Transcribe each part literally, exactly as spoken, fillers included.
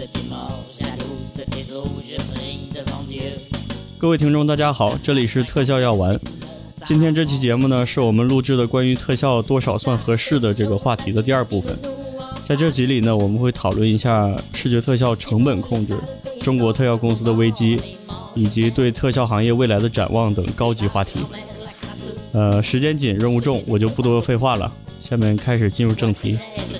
各位听众大家好，这里是特效药丸。今天这期节目呢，是我们录制的关于特效多少算合适的这个话题的第二部分。在这集里呢，我们会讨论一下视觉特效成本控制、中国特效公司的危机，以及对特效行业未来的展望等高级话题。呃，时间紧，任务重，我就不多废话了，下面开始进入正题。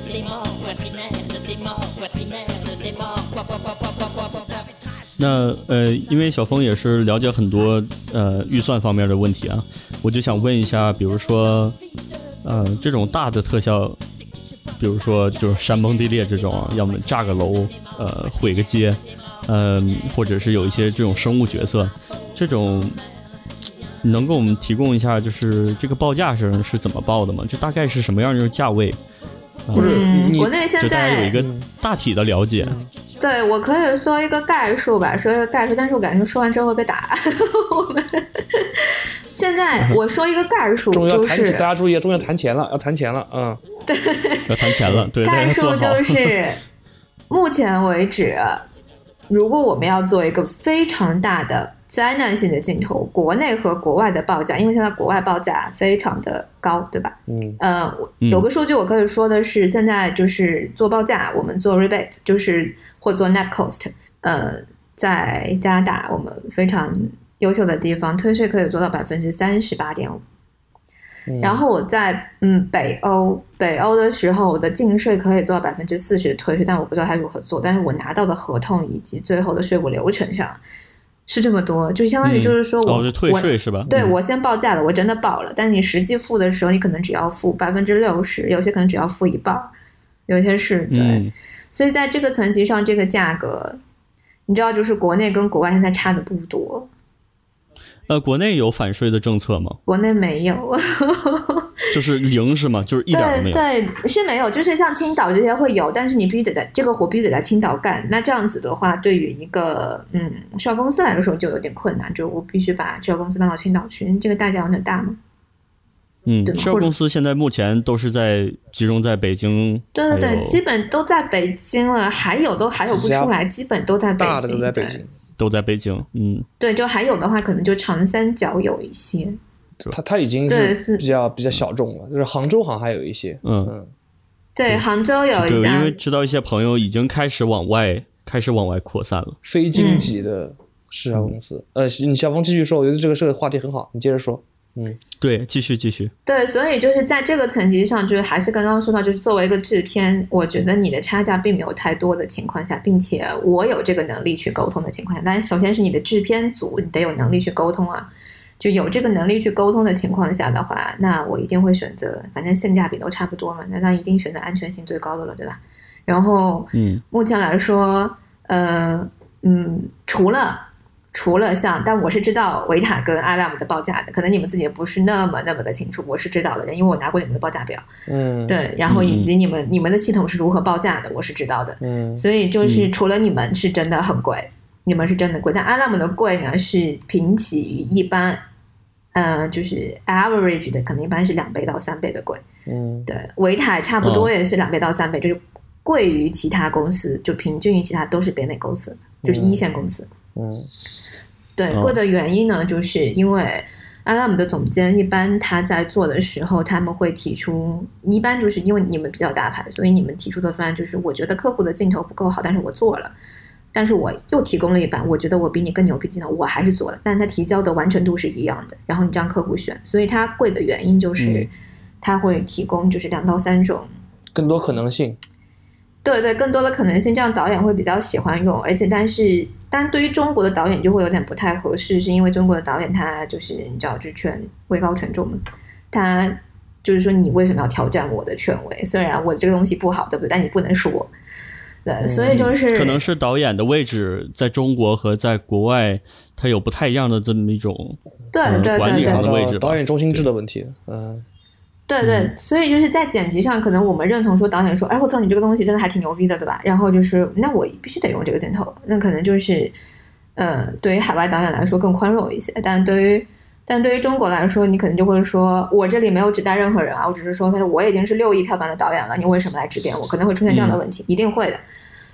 那呃，因为小峰也是了解很多呃预算方面的问题啊，我就想问一下，比如说呃这种大的特效，比如说就是山崩地裂这种啊，要么炸个楼，呃毁个街，嗯、呃，或者是有一些这种生物角色，这种你能给我们提供一下，就是这个报价是是怎么报的吗？就大概是什么样的价位？ 或者你国内现在就大家有一个大体的了解。嗯对，我可以说一个概述吧，说一个概述，但是我感觉说完之后会被打。我们现在我说一个概述， 终于要谈就是大家注意，终于要谈钱了，要谈钱了，嗯， 对， 要谈钱了，对， 概述就是目前为止，如果我们要做一个非常大的灾难性的镜头，国内和国外的报价，因为现在国外报价非常的高，对吧？ 嗯， 呃，有个数据我可以说的是，现在就是做报价，我们做 rebate， 就是或做 net cost， 呃，在加拿大我们非常优秀的地方，退税可以做到百分之三十八点五。然后我在嗯北欧北欧的时候，我的净税可以做到百分之四十的退税，但我不知道它如何做，但是我拿到的合同以及最后的税务流程上是这么多，就相当于就是说我、 嗯、哦，是退税是吧？ 对、 嗯、 我先报价了，我真的报了，但你实际付的时候，你可能只要付百分之六十，有些可能只要付一半，有些是对、嗯，所以在这个层级上，这个价格，你知道，就是国内跟国外现在差的不多。 呃，国内有反税的政策吗？ 国内没有， 就是零是吗？就是一点都没有。 对对，是没有，就是像青岛这些会有，但是你必须得在这个活必须得在青岛干。那这样子的话，对于一个嗯设公司来说就有点困难，就我必须把设公司搬到青岛去，这个代价有点大吗？ 嗯，设公司现在目前都是在集中在北京， 对对对，基本都在北京了，还有都还有不出来，基本都在北京， 大的都在北京。 都在北京，嗯， 对，就还有的话，可能就长三角有一些， 它它已经是比较比较小众了，就是杭州好像还有一些， 嗯嗯， 对，对杭州有一家， 对，因为知道一些朋友已经开始往外开始往外扩散了， 非经济的市场公司，嗯、呃，你小峰继续说，我觉得这个这个话题很好，你接着说。嗯， 对，继续继续。 对，所以就是在这个层级上，就是还是刚刚说到，就是作为一个制片，我觉得你的差价并没有太多的情况下，并且我有这个能力去沟通的情况下，但是首先是你的制片组，你得有能力去沟通啊，就有这个能力去沟通的情况下的话，那我一定会选择，反正性价比都差不多嘛，那那一定选择安全性最高的了，对吧？然后，嗯，目前来说，呃，嗯，除了。除了像，但我是知道维塔跟阿拉姆的报价的，可能你们自己也不是那么那么的清楚，我是知道的人，因为我拿过你们的报价表， 嗯， 对，然后以及你们、嗯、你们的系统是如何报价的，我是知道的， 嗯， 所以就是除了你们是真的很贵，嗯、你们是真的贵，但阿拉姆的贵呢是平起于一般，呃，就是 average 的，可能一般是两倍到三倍的贵， 嗯， 对，维塔差不多也是两倍到三倍，哦、就是贵于其他公司，就平均于其他都是北美公司，就是一线公司， 嗯。嗯对，贵的原因呢，就是因为阿拉姆的总监一般他在做的时候，他们会提出，一般就是因为你们比较大牌，所以你们提出的方案就是，我觉得客户的镜头不够好，但是我做了，但是我又提供了一版，我觉得我比你更牛逼的镜头，我还是做了，但是他提交的完成度是一样的，然后你让客户选，所以它贵的原因就是，嗯、他会提供就是两到三种更多可能性。 对对，更多的可能性，这样导演会比较喜欢用，而且但是，但对于中国的导演就会有点不太合适，是因为中国的导演他就是你知道，就权位高权重嘛，他就是说你为什么要挑战我的权威？虽然我这个东西不好，对不对？但你不能说，对，嗯、所以就是可能是导演的位置在中国和在国外，它有不太一样的这么一种对对对、嗯、 管理上的位置， 导演中心制的问题，嗯。 对对、嗯，所以就是在剪辑上，可能我们认同说导演说，哎，我操，你这个东西真的还挺牛逼的，对吧？然后就是，那我必须得用这个镜头，那可能就是，呃，对于海外导演来说更宽容一些，但对于，但对于中国来说，你可能就会说，我这里没有指代任何人啊，我只是说，他说我已经是六亿票房的导演了，你为什么来指点我？可能会出现这样的问题，嗯、一定会的。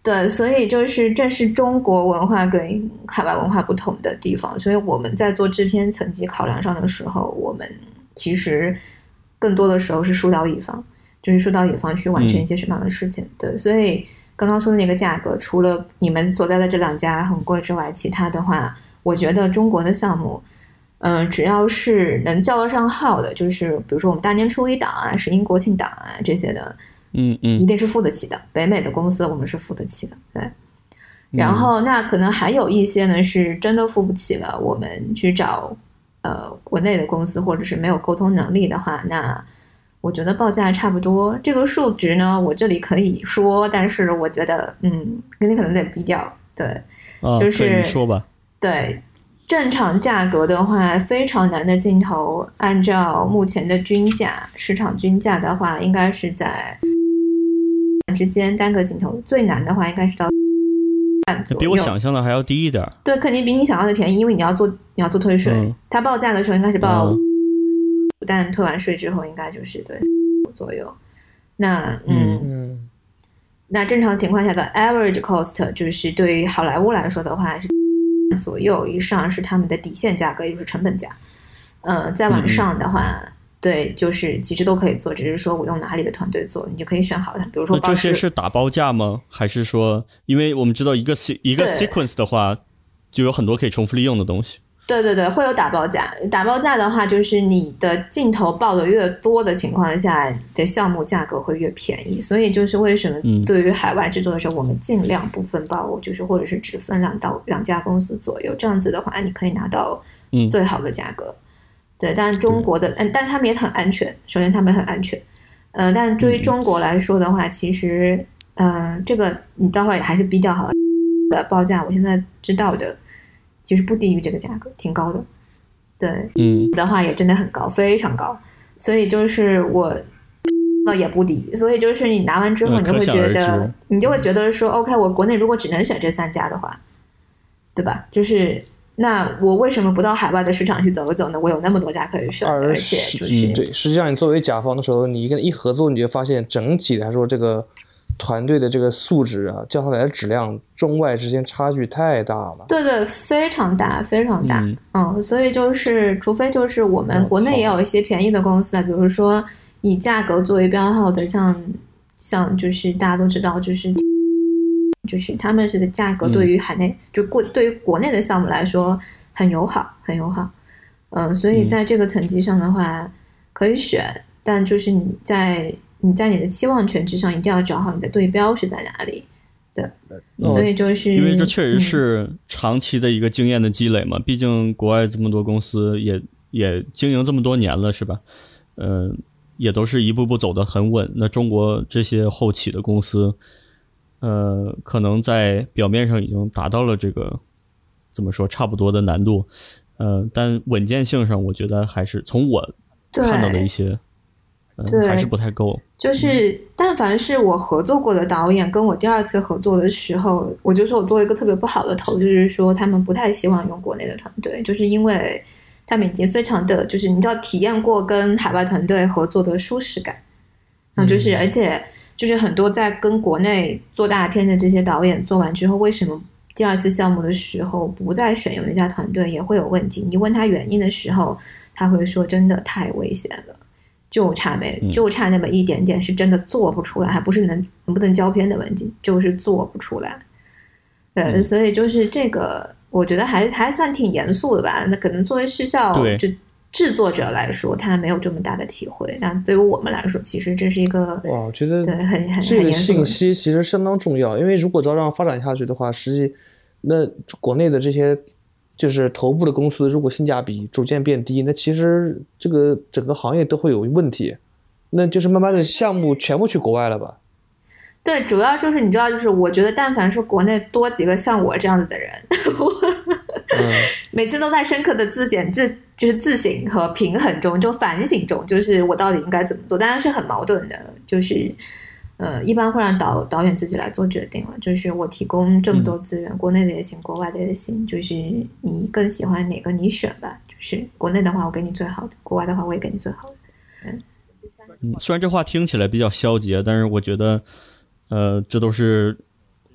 对，所以就是这是中国文化跟海外文化不同的地方，所以我们在做制片层级考量上的时候，我们其实更多的时候是疏导乙方，就是疏导乙方去完成一些什么样的事情。嗯、对，所以刚刚说的那个价格，除了你们所在的这两家很贵之外，其他的话，我觉得中国的项目，嗯、呃，只要是能叫得上号的，就是比如说我们大年初一档啊、十一国庆档啊这些的。 嗯嗯， 一定是付得起的。北美的公司我们是付得起的，对。然后那可能还有一些呢是真的付不起了，我们去找呃国内的公司，或者是没有沟通能力的话，那我觉得报价差不多。这个数值呢，我这里可以说，但是我觉得嗯，你可能得逼掉，对， 啊、 就是你说吧， 对。正常价格的话，非常难的镜头，按照目前的均价，市场均价的话，应该是在之间单个镜头最难的话，应该是到半左右， 比我想象的还要低一点。 对，肯定比你想象的便宜，因为你要做你要做退税，嗯、它报价的时候应该是报，嗯、但退完税之后应该就是对左右。那嗯。 嗯那正常情况下的 average cost 就是对于好莱坞来说的话是左右以上是他们的底线价格，也就是成本价。呃，再往上的话，嗯、对，就是其实都可以做，只是说我用哪里的团队做，你就可以选好它。比如说， 这些是打包价吗？还是说，因为我们知道一个一个 sequence 的话，就有很多可以重复利用的东西。 对对对，会有打包价。打包价的话，就是你的镜头报的越多的情况下，的项目价格会越便宜。所以就是为什么对于海外制作的时候，嗯、我们尽量不分包，就是或者是只分两到两家公司左右，这样子的话，你可以拿到最好的价格。嗯、对，但是中国的，嗯，但是他们也很安全。首先，他们很安全。呃，但是对于中国来说的话，嗯、其实，呃，这个你待会儿也还是比较好的报价。我现在知道的。其实不低于这个价格，挺高的，对， 嗯， 的话也真的很高，非常高，所以就是我那也不低，所以就是你拿完之后，你就会觉得，你就会觉得说 ，OK， 我国内如果只能选这三家的话，对吧？就是那我为什么不到海外的市场去走一走呢？我有那么多家可以选，而且就是、 嗯、对，实际上你作为甲方的时候，你跟一合作，你就发现整体来说这个。团队的这个素质啊，降下来的质量，中外之间差距太大了。 对对，非常大，非常大。嗯, 嗯，所以就是，除非就是我们国内也有一些便宜的公司啊，比如说以价格作为标号的，像像就是大家都知道，就是就是他们是的价格对于海内、嗯、就过对于国内的项目来说很友好，很友好。嗯，所以在这个层级上的话可以选，但就是你在。你在你的期望权之上一定要找好你的对标是在哪里，对，嗯、所以就是因为这确实是长期的一个经验的积累嘛，嗯、毕竟国外这么多公司也也经营这么多年了，是吧？呃，也都是一步步走得很稳。那中国这些后起的公司，呃，可能在表面上已经达到了这个怎么说差不多的难度，呃，但稳健性上，我觉得还是从我看到的一些。 对， 还是不太够。 就是但凡是我合作过的导演，跟我第二次合作的时候，我就说我做一个特别不好的头，就是说他们不太希望用国内的团队，就是因为他们已经非常的就是你知道体验过跟海外团队合作的舒适感，然后就是、嗯、而且就是很多在跟国内做大片的这些导演做完之后，为什么第二次项目的时候不再选用那家团队也会有问题？你问他原因的时候，他会说真的太危险了。就差没就差那么一点点，是真的做不出来，还不是能能不能交片的问题，就是做不出来。对，嗯、所以就是这个，我觉得还还算挺严肃的吧。那可能作为视效就制作者来说，他没有这么大的体会。但对于我们来说，其实这是一个哇，我觉得对很很这个信息其实相当重要，因为如果照这样发展下去的话，实际那国内的这些。就是头部的公司如果性价比逐渐变低，那其实这个整个行业都会有问题，那就是慢慢的项目全部去国外了吧。 对，主要就是你知道，就是我觉得但凡是国内多几个像我这样子的人、嗯、每次都在深刻的自检自就是自省和平衡中，就反省中，就是我到底应该怎么做，当然是很矛盾的，就是呃，一般会让导导演自己来做决定了，就是我提供这么多资源、嗯、国内的也行，国外的也行，就是你更喜欢哪个你选吧，就是国内的话我给你最好的，国外的话我也给你最好的。嗯， 嗯虽然这话听起来比较消极，但是我觉得呃，这都是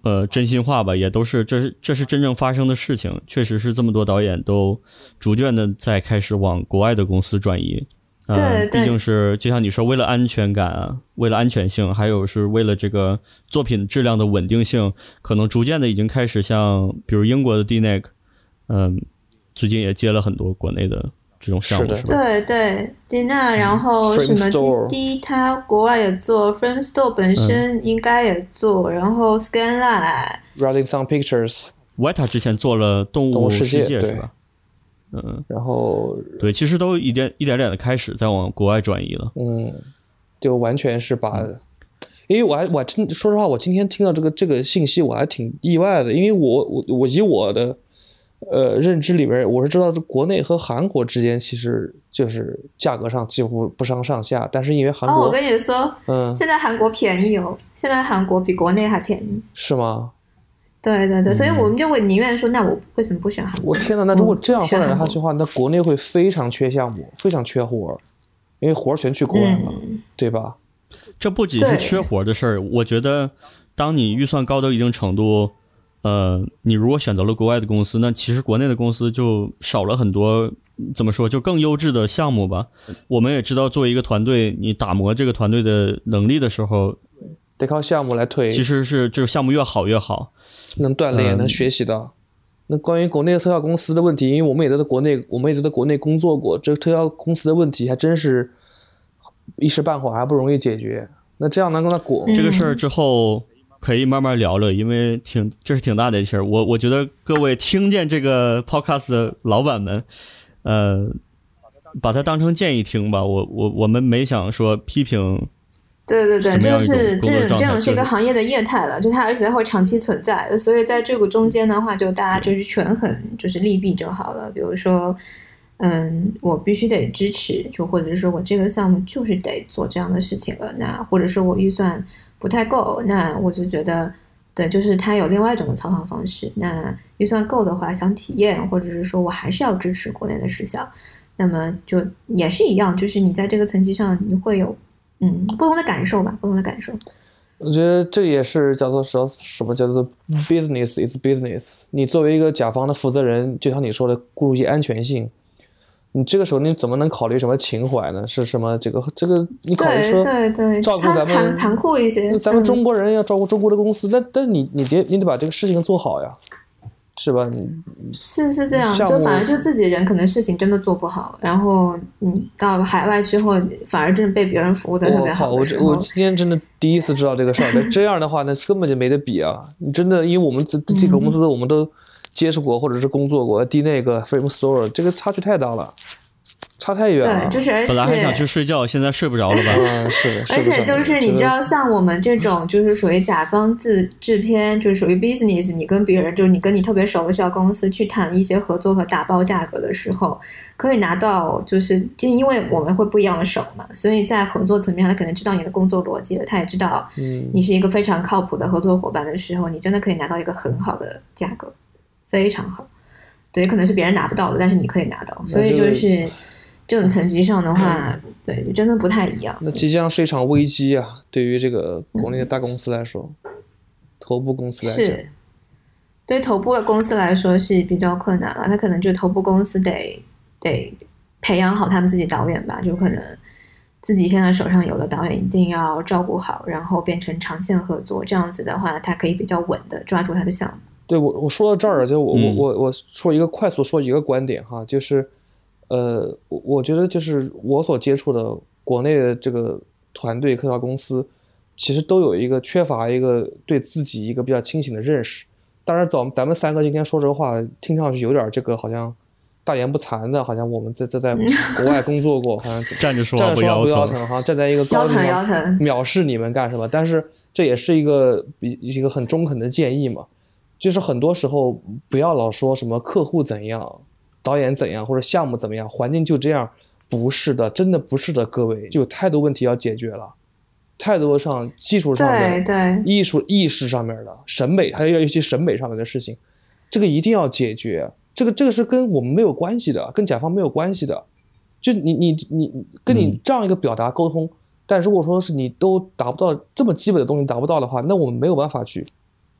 呃真心话吧，也都是这是这是真正发生的事情，确实是这么多导演都逐渐的在开始往国外的公司转移。呃， 对对毕竟是就像你说，为了安全感啊，为了安全性，还有是为了这个作品质量的稳定性，可能逐渐的已经开始像比如英国的 D N E C， 嗯，最近也接了很多国内的这种项目，是吧？ 对对 D N E C， 然后什么滴滴，它国外也做 Frame Store 本身应该也做，嗯、然后 Scanline、Rising Sun Pictures、Weta 之前做了动物世界，是吧？嗯， 然后对，其实都一点一点点的开始在往国外转移了。 嗯，就完全是把，嗯、因为我还我还真说实话，我今天听到这个这个信息我还挺意外的，因为我我我以我的呃认知里边，我是知道国内和韩国之间其实就是价格上几乎不相上下，但是因为韩国， 哦，我跟你说，嗯，现在韩国便宜哦，现在韩国比国内还便宜， 是吗？ 对对对，所以我们就会宁愿说，那我为什么不选韩国？ 我天哪，那如果这样发展下去的话，那国内会非常缺项目，非常缺活，因为活全去国外了，嗯、对吧？ 这不仅是缺活的事儿，我觉得，当你预算高到一定程度，呃，你如果选择了国外的公司，那其实国内的公司就少了很多，怎么说，就更优质的项目吧。我们也知道，作为一个团队，你打磨这个团队的能力的时候， 得靠项目来推。 其实是这个项目越好越好。 能锻炼、嗯、能学习到。那关于国内的特效公司的问题，因为我们也都在国内，我们也都在国内工作过，这个特效公司的问题还真是一时半会儿还不容易解决。那这样能跟他国、 嗯、这个事儿之后可以慢慢聊聊，因为挺这是挺大的事儿。我我觉得各位听见这个 podcast 的老板们，呃，把它当成建议听吧。我我我们没想说批评。 对对对，这是这种这种是一个行业的业态了，就它而且它会长期存在，所以在这个中间的话，就大家就是权衡，就是利弊就好了。比如说，嗯，我必须得支持，就或者是说我这个项目就是得做这样的事情了，那或者说我预算不太够，那我就觉得，对，就是它有另外一种操作方式。那预算够的话，想体验，或者是说我还是要支持国内的视效，那么就也是一样，就是你在这个层级上你会有。嗯，不同的感受吧，不同的感受。 我觉得这也是叫做什什么叫做 business is business。你作为一个甲方的负责人，就像你说的，顾及安全性，你这个时候你怎么能考虑什么情怀呢？是什么这个这个你考虑说对对对， 照顾咱们残残酷一些， 咱们中国人要照顾中国的公司，那、嗯、但你你得你得把这个事情做好呀。是吧？ 是是这样，就反而就自己人可能事情真的做不好，然后你到海外之后，反而真的被别人服务的特别好的时候。 我我今天真的第一次知道这个事儿，这样的话，那根本就没得比啊！你真的，因为我们这这个公司我们都接触过，或者是工作过，D 那个 Frame Store， 这个差距太大了。差太远了， 对，就是本来还想去睡觉，现在睡不着了吧？ 嗯，是的， 而且就是你知道，像我们这种就是属于甲方制制片，就是属于 business， 你跟别人就是你跟你特别熟的小公司去谈一些合作和打包价格的时候，可以拿到就是就因为我们会不一样的手嘛，所以在合作层面上，他可能知道你的工作逻辑了，他也知道你是一个非常靠谱的合作伙伴的时候，你真的可以拿到一个很好的价格，非常好。对，可能是别人拿不到的，但是你可以拿到，所以就是。这种层级上的话，对，真的不太一样。 那即将是一场危机啊！对于这个国内的大公司来说，嗯、头部公司来讲， 是对头部的公司来说是比较困难了。他可能就头部公司得得培养好他们自己导演吧，就可能自己现在手上有的导演一定要照顾好，然后变成长线合作，这样子的话，他可以比较稳的抓住他的项目。 对我我说到这儿，就我、嗯、我我我说一个快速说一个观点哈，就是。呃，我觉得就是我所接触的国内的这个团队特效公司，其实都有一个缺乏一个对自己一个比较清醒的认识。当然，咱咱们三个今天说这话，听上去有点这个好像大言不惭的，好像我们在在在国外工作过，好像站着说站着说不腰疼，哈，站在一个高地方藐视你们干什么？但是这也是一个比一个很中肯的建议嘛，就是很多时候不要老说什么客户怎样。导演怎样或者项目怎么样，环境就这样，不是的，真的不是的，各位，就有太多问题要解决了，太多上技术上面、 对对艺术意识上面的审美，还有一些审美上面的事情，这个一定要解决。这个这个是跟我们没有关系的，跟甲方没有关系的。就你你你跟你这样一个表达沟通，嗯、但如果说是你都达不到这么基本的东西达不到的话，那我们没有办法去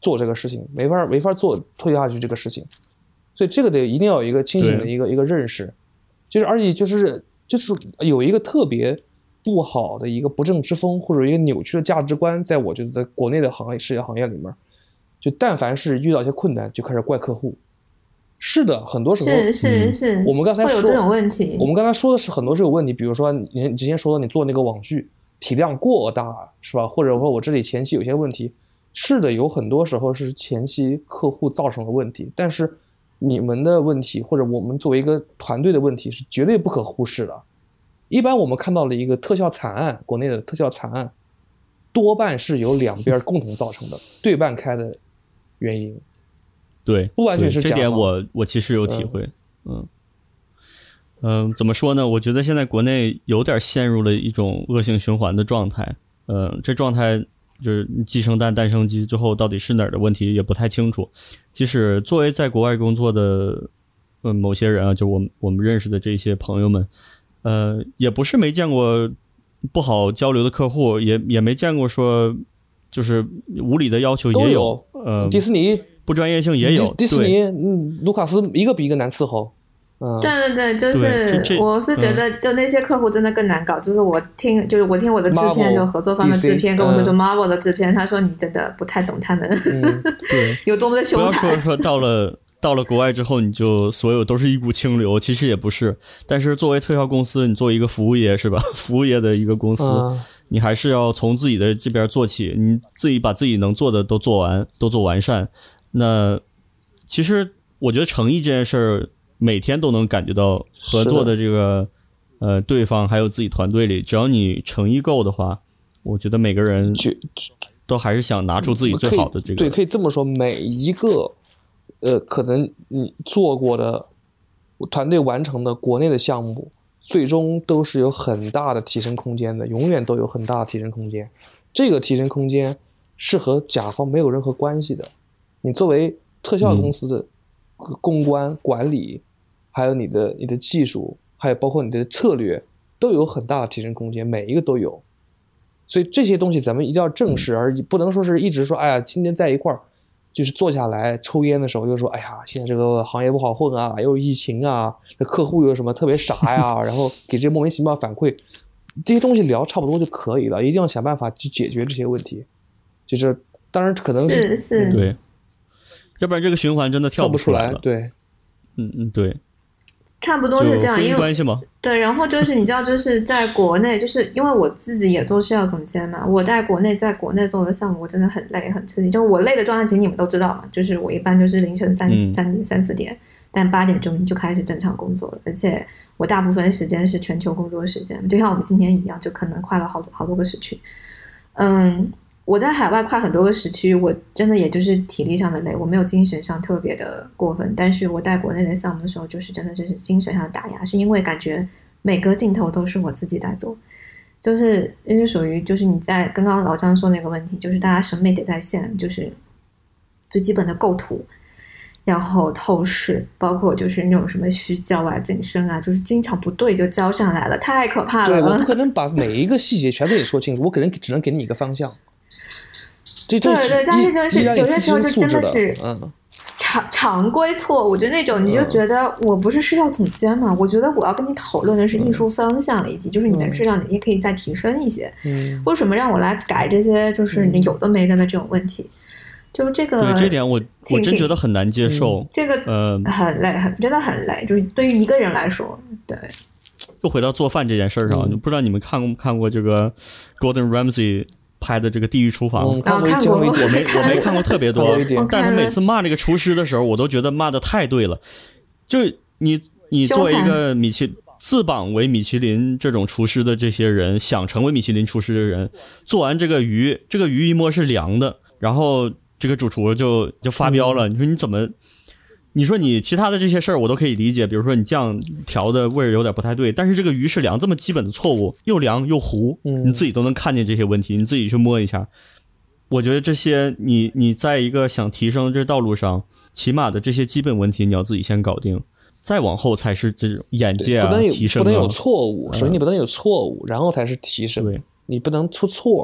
做这个事情，没法没法做推下去这个事情，所以这个得一定要有一个清醒的一个一个认识，就是而且就是就是有一个特别不好的一个不正之风或者一个扭曲的价值观，在我觉得在国内的行业事业行业里面，就但凡是遇到一些困难就开始怪客户。是的，很多时候是是是、嗯， 我们刚才说会有这种问题。 我们刚才说的是很多是有问题，比如说你你之前说的你做那个网剧体量过大是吧？或者说我这里前期有些问题，是的，有很多时候是前期客户造成的问题，但是你们的问题或者我们作为一个团队的问题是绝对不可忽视的。一般我们看到了一个特效惨案，国内的特效惨案多半是由两边共同造成的对半开的原因。 对， 不完全是这点我我其实有体会。嗯嗯、呃，怎么说呢？我觉得现在国内有点陷入了一种恶性循环的状态。呃，这状态就是鸡生蛋，蛋生鸡，最后到底是哪儿的问题也不太清楚。即使作为在国外工作的呃某些人啊，就我们我们认识的这些朋友们，呃，也不是没见过不好交流的客户，也也没见过说就是无理的要求也有。呃， 迪士尼。 不专业性也有， 迪士尼，嗯，卢卡斯一个比一个难伺候。嗯， 对对对，就是我是觉得就那些客户真的更难搞。嗯、就是我听，就是我听我的制片，就合作方的制片跟我说，就 Marvel 的制片，他说你真的不太懂他们， 嗯、对， 有多么的凶残。 不要说说到了到了国外之后，你就所有都是一股清流，其实也不是。但是作为特效公司，你作为一个服务业是吧？服务业的一个公司。嗯，你还是要从自己的这边做起，你自己把自己能做的都做完，都做完善。那其实我觉得诚意这件事儿，每天都能感觉到合作的这个呃对方还有自己团队里，只要你诚意够的话，我觉得每个人都还是想拿出自己最好的这个。 对，可以这么说，每一个呃可能你做过的团队完成的国内的项目，最终都是有很大的提升空间的，永远都有很大的提升空间。这个提升空间是和甲方没有任何关系的。你作为特效公司的公关管理，还有你的你的技术，还有包括你的策略，都有很大的提升空间，每一个都有。所以这些东西咱们一定要正视，而不能说是一直说哎呀今天在一块儿就是坐下来抽烟的时候又说哎呀现在这个行业不好混啊，又有疫情啊，这客户有什么特别傻呀，然后给这莫名其妙反馈，这些东西聊差不多就可以了，一定要想办法去解决这些问题。就是当然可能是是是、 嗯、对，要不然这个循环真的跳不出来了。对， 嗯嗯对， 差不多是这样，因为关系吗？ 对，然后就是你知道，就是在国内，就是因为我自己也做事要总监嘛，我在国内在国内做的项目，我真的很累很吃力。就我累的状态，其实你们都知道嘛，就是我一般就是凌晨三、嗯、三点三四点，但八点钟就开始正常工作了，而且我大部分时间是全球工作时间，就像我们今天一样，就可能跨了好好多个时区，嗯。我在海外跨很多个时区，我真的也就是体力上的累，我没有精神上特别的过分。但是我在国内的项目的时候，就是真的就是精神上的打压，是因为感觉每个镜头都是我自己在做，就是就是属于就是你在刚刚老张说那个问题，就是大家审美得在线，就是最基本的构图，然后透视，包括就是那种什么虚焦啊、景深啊，就是经常不对就交上来了，太可怕了。 对，我不可能把每一个细节全给你说清楚，我可能只能给你一个方向。这对对，但是就是有些时候就真的是嗯常常规错误，就那种你就觉得我不是视效总监嘛，嗯、我觉得我要跟你讨论的是艺术方向，嗯、以及就是你的质量，你也可以再提升一些。 嗯， 为什么让我来改这些就是你有的没的的这种问题？就这个， 对这点我我真觉得很难接受。 嗯、这个呃很累，很真的很累，就是对于一个人来说，对。 又回到做饭这件事上，嗯、不知道你们看过看过这个 Gordon Ramsay。拍的这个地狱厨房、 嗯、看过看过我没我没看过特别多但他每次骂这个厨师的时候我都觉得骂的太对了，就你你作为一个米其自榜为米其林这种厨师的这些人，想成为米其林厨师的人，做完这个鱼这个鱼一摸是凉的，然后这个主厨就就发飙了、嗯、你说你怎么你说你其他的这些事儿我都可以理解，比如说你酱调的味儿有点不太对，但是这个鱼是凉这么基本的错误，又凉又糊、嗯、你自己都能看见这些问题，你自己去摸一下。我觉得这些你你在一个想提升这道路上，起码的这些基本问题你要自己先搞定，再往后才是这种眼界啊不能有提升、啊、 不能有错误，首先你不能有错误、嗯、然后才是提升， 对， 你不能出错。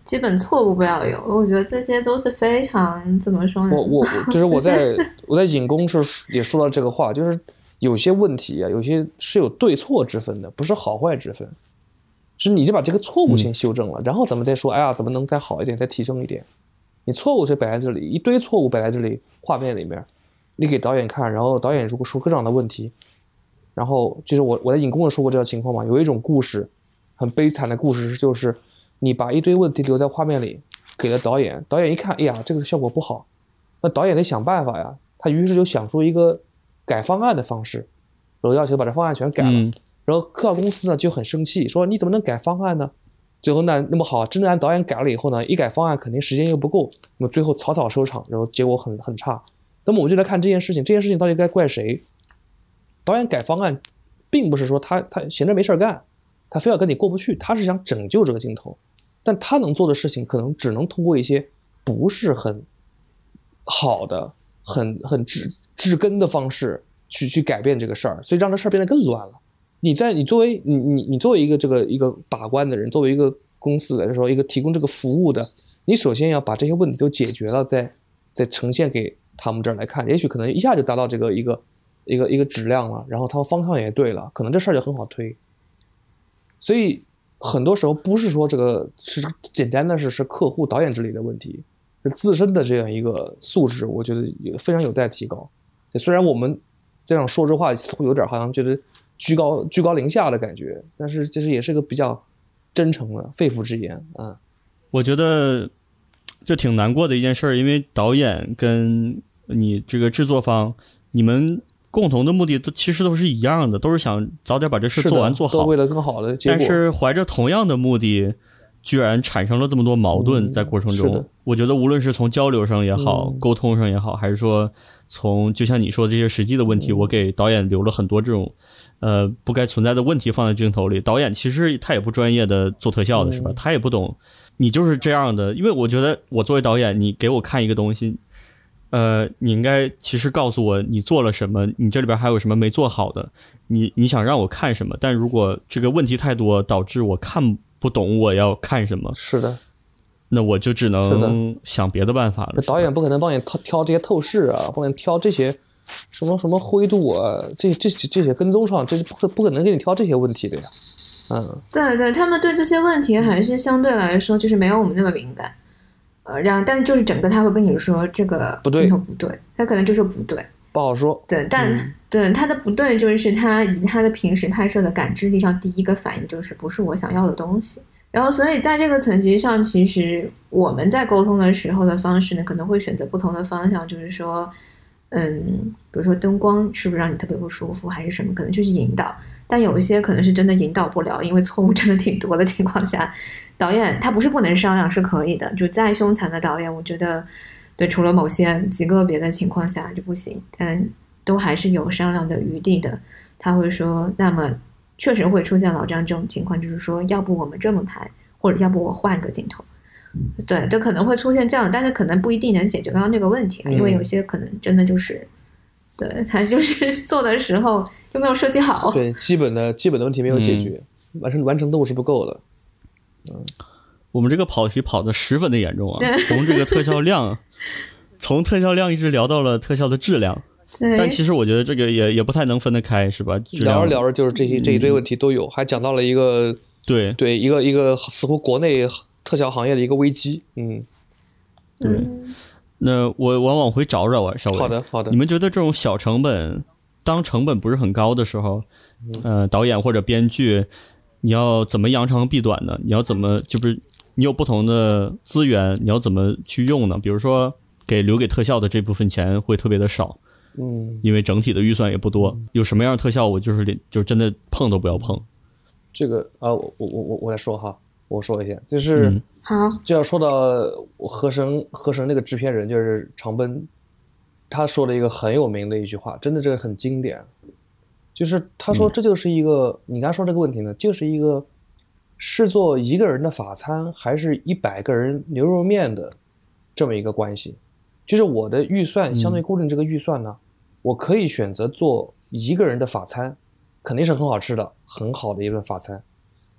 基本错误不要有，我觉得这些都是非常怎么说呢？ 我我就是我在我在引公是也说到这个话，就是有些问题啊，有些是有对错之分的，不是好坏之分。是你就把这个错误先修正了，嗯、然后咱们再说，哎呀，怎么能再好一点，再提升一点？你错误是摆在这里，一堆错误摆在这里画面里面，你给导演看，然后导演如果说各种各样的问题，然后就是我我在引公也说过这个情况嘛，有一种故事很悲惨的故事，就是你把一堆问题留在画面里，给了导演，导演一看，哎呀，这个效果不好，那导演得想办法呀，他于是就想出一个改方案的方式，然后要求把这方案全改了。嗯，然后特效公司呢就很生气，说你怎么能改方案呢？最后呢，那么好，真正按导演改了以后呢，一改方案肯定时间又不够，那么最后草草收场，然后结果很很差。那么我们就来看这件事情，这件事情到底该怪谁？导演改方案，并不是说他他闲着没事干，他非要跟你过不去，他是想拯救这个镜头，但他能做的事情可能只能通过一些不是很好的、很很治治根的方式去去改变这个事儿，所以让这事儿变得更乱了。你在你作为你你你作为一个这个一个把关的人，作为一个公司来说，一个提供这个服务的，你首先要把这些问题都解决了，再再呈现给他们这儿来看，也许可能一下就达到这个一个一个一个质量了，然后他们方向也对了，可能这事儿就很好推。所以很多时候不是说这个是简单的是是客户导演这里的问题，是自身的这样一个素质，我觉得也非常有待提高。虽然我们这样说这话似乎有点好像觉得居高居高临下的感觉，但是其实也是个比较真诚的肺腑之言啊。 我觉得就挺难过的一件事，因为导演跟你这个制作方，你们共同的目的都其实都是一样的，都是想早点把这事做完做好， 都为了更好的结果。 但是怀着同样的目的，居然产生了这么多矛盾在过程中。嗯、我觉得无论是从交流上也好，嗯、沟通上也好，还是说从就像你说的这些实际的问题，嗯、我给导演留了很多这种呃不该存在的问题放在镜头里。导演其实他也不专业的做特效的是吧？嗯、他也不懂，你就是这样的。因为我觉得我作为导演，你给我看一个东西。呃，你应该其实告诉我你做了什么，你这里边还有什么没做好的，你你想让我看什么？但如果这个问题太多，导致我看不懂我要看什么， 是的， 那我就只能想别的办法了。 导演不可能帮你挑这些透视啊，帮你挑这些什么什么灰度啊，这这这些跟踪上，这是不可不可能给你挑这些问题的呀。嗯， 对对，他们对这些问题还是相对来说就是没有我们那么敏感。呃，然后但是就是整个他会跟你说这个镜头不对，他可能就说不对， 不好说。 对，但、嗯、对他的不对就是他以他的平时拍摄的感知力上，第一个反应就是不是我想要的东西。然后所以在这个层级上，其实我们在沟通的时候的方式呢，可能会选择不同的方向，就是说，嗯，比如说灯光是不是让你特别不舒服，还是什么，可能就是引导。但有一些可能是真的引导不了，因为错误真的挺多的情况下，导演他不是不能商量，是可以的。就再凶残的导演，我觉得对，除了某些极个别的情况下就不行，但都还是有商量的余地的。他会说，那么确实会出现老张这种情况，就是说，要不我们这么拍，或者要不我换个镜头。对，就可能会出现这样，但是可能不一定能解决刚刚那个问题，因为有些可能真的就是，对，他就是做的时候就没有设计好， 对，基本的基本的问题没有解决，嗯、完成完成度是不够的。 嗯，我们这个跑题跑得十分的严重啊，从这个特效量，从特效量一直聊到了特效的质量。但其实我觉得这个也也不太能分得开，是吧？ 聊着聊着就是这些、嗯、这一堆问题都有，还讲到了一个对对一个一个似乎国内特效行业的一个危机。嗯， 对。那我我往回找找啊，稍微好的好的。 你们觉得这种小成本，当成本不是很高的时候，呃，导演或者编剧，你要怎么扬长避短呢？你要怎么就是你有不同的资源，你要怎么去用呢？比如说给留给特效的这部分钱会特别的少。 嗯， 因为整体的预算也不多，有什么样的特效我就是连就真的碰都不要碰。 这个啊，我我我我来说哈，我说一下，就是好、 嗯，就要说到河神河神那个制片人就是长奔，他说了一个很有名的一句话，真的这个很经典，就是他说这就是一个、嗯、你刚才说这个问题呢，就是一个是做一个人的法餐还是一百个人牛肉面的这么一个关系。就是我的预算相对固定，这个预算呢、嗯、我可以选择做一个人的法餐，肯定是很好吃的很好的一顿法餐，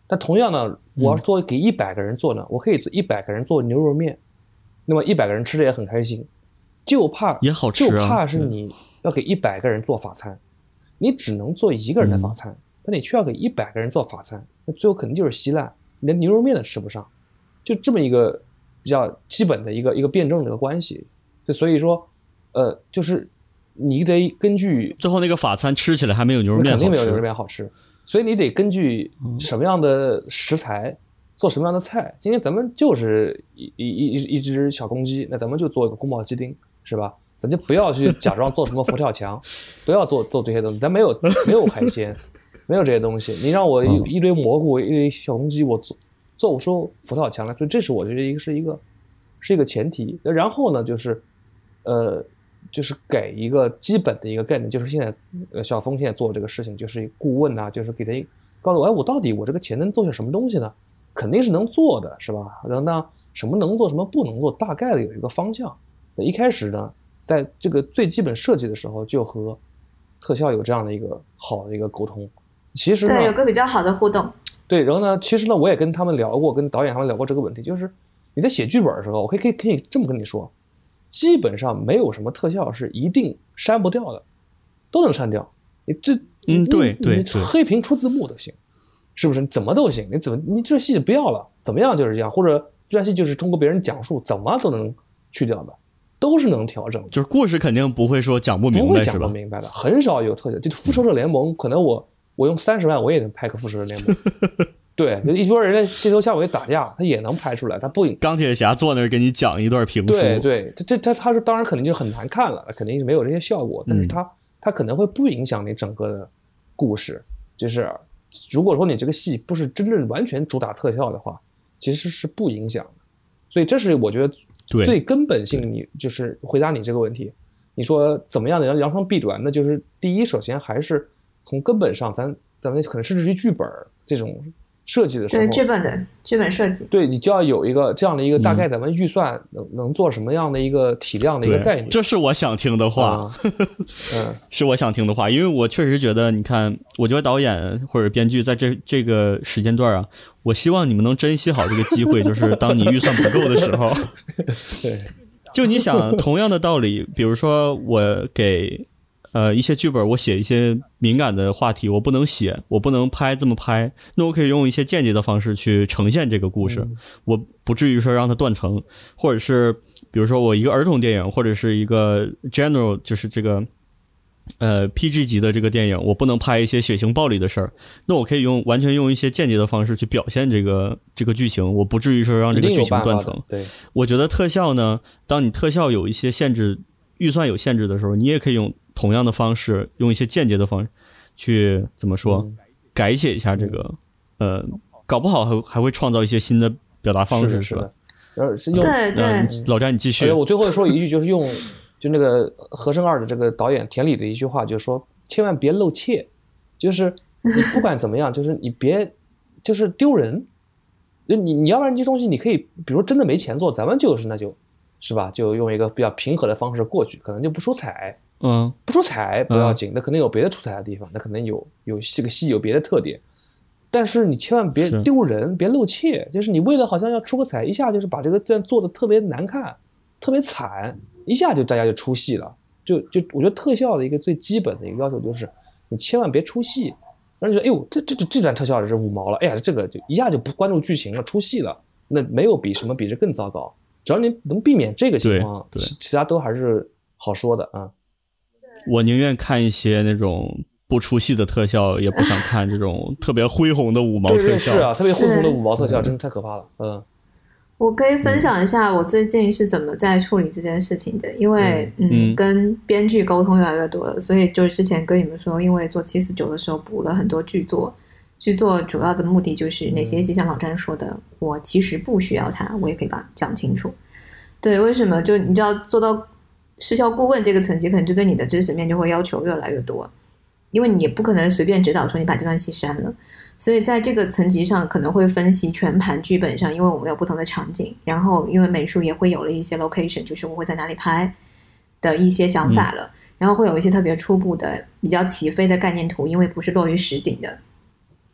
但同样呢，我要是做给一百个人做呢，我可以一百个人做牛肉面，那么一百个人吃的也很开心，就怕也好吃啊， 就怕是你要给一百个人做法餐，你只能做一个人的法餐，嗯、但你却要给一百个人做法餐，那最后肯定就是稀烂，你连牛肉面都吃不上，就这么一个比较基本的一个一个辩证的一个关系。所以说，呃，就是你得根据最后那个法餐吃起来还没有牛肉面好吃， 肯定没有牛肉面好吃，所以你得根据什么样的食材做什么样的菜。今天咱们就是一一一一只小公鸡，那咱们就做一个宫保鸡丁，是吧？咱就不要去假装做什么佛跳墙，不要做做这些东西。咱没有没有海鲜，没有这些东西。你让我一一堆蘑菇，一堆小公鸡，我做做不出佛跳墙来，所以这是我觉得一个是一个是一个前提。然后呢，就是呃，就是给一个基本的一个概念，就是现在呃小峰现在做这个事情，就是顾问呐、啊，就是给他一告诉我，哎，我到底我这个钱能做些什么东西呢？肯定是能做的，是吧？然后呢，什么能做，什么不能做，大概的有一个方向。一开始呢，在这个最基本设计的时候，就和特效有这样的一个好的一个沟通。其实呢， 对，有个比较好的互动。 对，然后呢，其实呢，我也跟他们聊过，跟导演他们聊过这个问题，就是你在写剧本的时候，我可以可以可以这么跟你说，基本上没有什么特效是一定删不掉的，都能删掉。你这嗯，对对， 你黑屏出字幕都行。是不是？怎么都行，你怎么你这戏不要了，怎么样就是这样，或者这段戏就是通过别人讲述，怎么都能去掉的，都是能调整的。 就是故事肯定不会说讲不明白， 不会讲不明白的，很少有特效。就复仇者联盟，可能我我用三十万我也能拍个复仇者联盟，对，就一波人在街头巷尾打架，他也能拍出来，他不钢铁侠坐那儿给你讲一段评书， 对对，这这他他是当然肯定就很难看了，肯定是没有这些效果，但是他、嗯、他可能会不影响你整个的故事，就是。如果说你这个戏不是真正完全主打特效的话，其实是不影响的。所以这是我觉得最根本性的，你就是回答你这个问题。你说怎么样的扬长避短？那就是第一，首先还是从根本上，咱咱们可能甚至于剧本这种设计的时候， 对剧本的剧本设计， 对你就要有一个这样的一个大概咱们预算能、嗯、能做什么样的一个体量的一个概念。 这是我想听的话， 嗯， 是我想听的话，因为我确实觉得，你看，我觉得导演或者编剧在这这个时间段啊，我希望你们能珍惜好这个机会，就是当你预算不够的时候， 对， 就你想同样的道理，比如说我给。呃，一些剧本我写一些敏感的话题，我不能写，我不能拍这么拍，那我可以用一些间接的方式去呈现这个故事，嗯、我不至于说让它断层，或者是比如说我一个儿童电影，或者是一个 general 就是这个呃 P G 级的这个电影，我不能拍一些血腥暴力的事儿，那我可以用完全用一些间接的方式去表现这个这个剧情，我不至于说让这个剧情断层。 对， 我觉得特效呢，当你特效有一些限制，预算有限制的时候，你也可以用同样的方式，用一些间接的方式去怎么说、嗯、改写一下这个、嗯、呃，搞不好还还会创造一些新的表达方式， 是吧？然后是用对对、呃， 老詹你继续。 我最后说一句，就是用就那个《和生二》的这个导演田里的一句话，就是说千万别露怯，就是你不管怎么样，就是你别就是丢人，就你你要不然这东西你可以，比如真的没钱做，咱们就是那就。是吧？就用一个比较平和的方式过去，可能就不出彩， 嗯， 不出彩不要紧，那、嗯、可能有别的出彩的地方，那可能有有这个戏有别的特点，但是你千万别丢人，别露怯，就是你为了好像要出个彩，一下就是把这个这样做的特别难看，特别惨，一下就大家就出戏了。就就我觉得特效的一个最基本的一个要求就是你千万别出戏，让你觉得哎呦这这这这段特效是五毛了，哎呀这个就一下就不关注剧情了，出戏了，那没有比什么比这更糟糕。只要你能避免这个情况，其其他都还是好说的啊。 我宁愿看一些那种不出戏的特效，也不想看这种特别恢宏的五毛特效。 对对是啊，特别恢宏的五毛特效真的太可怕了。嗯， 我可以分享一下我最近是怎么在处理这件事情的，因为嗯, 嗯跟编剧沟通越来越多了，所以就是之前跟你们说，因为做七四九的时候补了很多剧作。剧作主要的目的就是那些像老詹说的、嗯、我其实不需要它，我也可以把它讲清楚。对，为什么就你知道做到视效顾问这个层级，可能就对你的知识面就会要求越来越多，因为你也不可能随便指导说你把这段戏删了，所以在这个层级上可能会分析全盘剧本上，因为我们有不同的场景，然后因为美术也会有了一些 location， 就是我会在哪里拍的一些想法了、嗯、然后会有一些特别初步的比较起飞的概念图，因为不是落于实景的。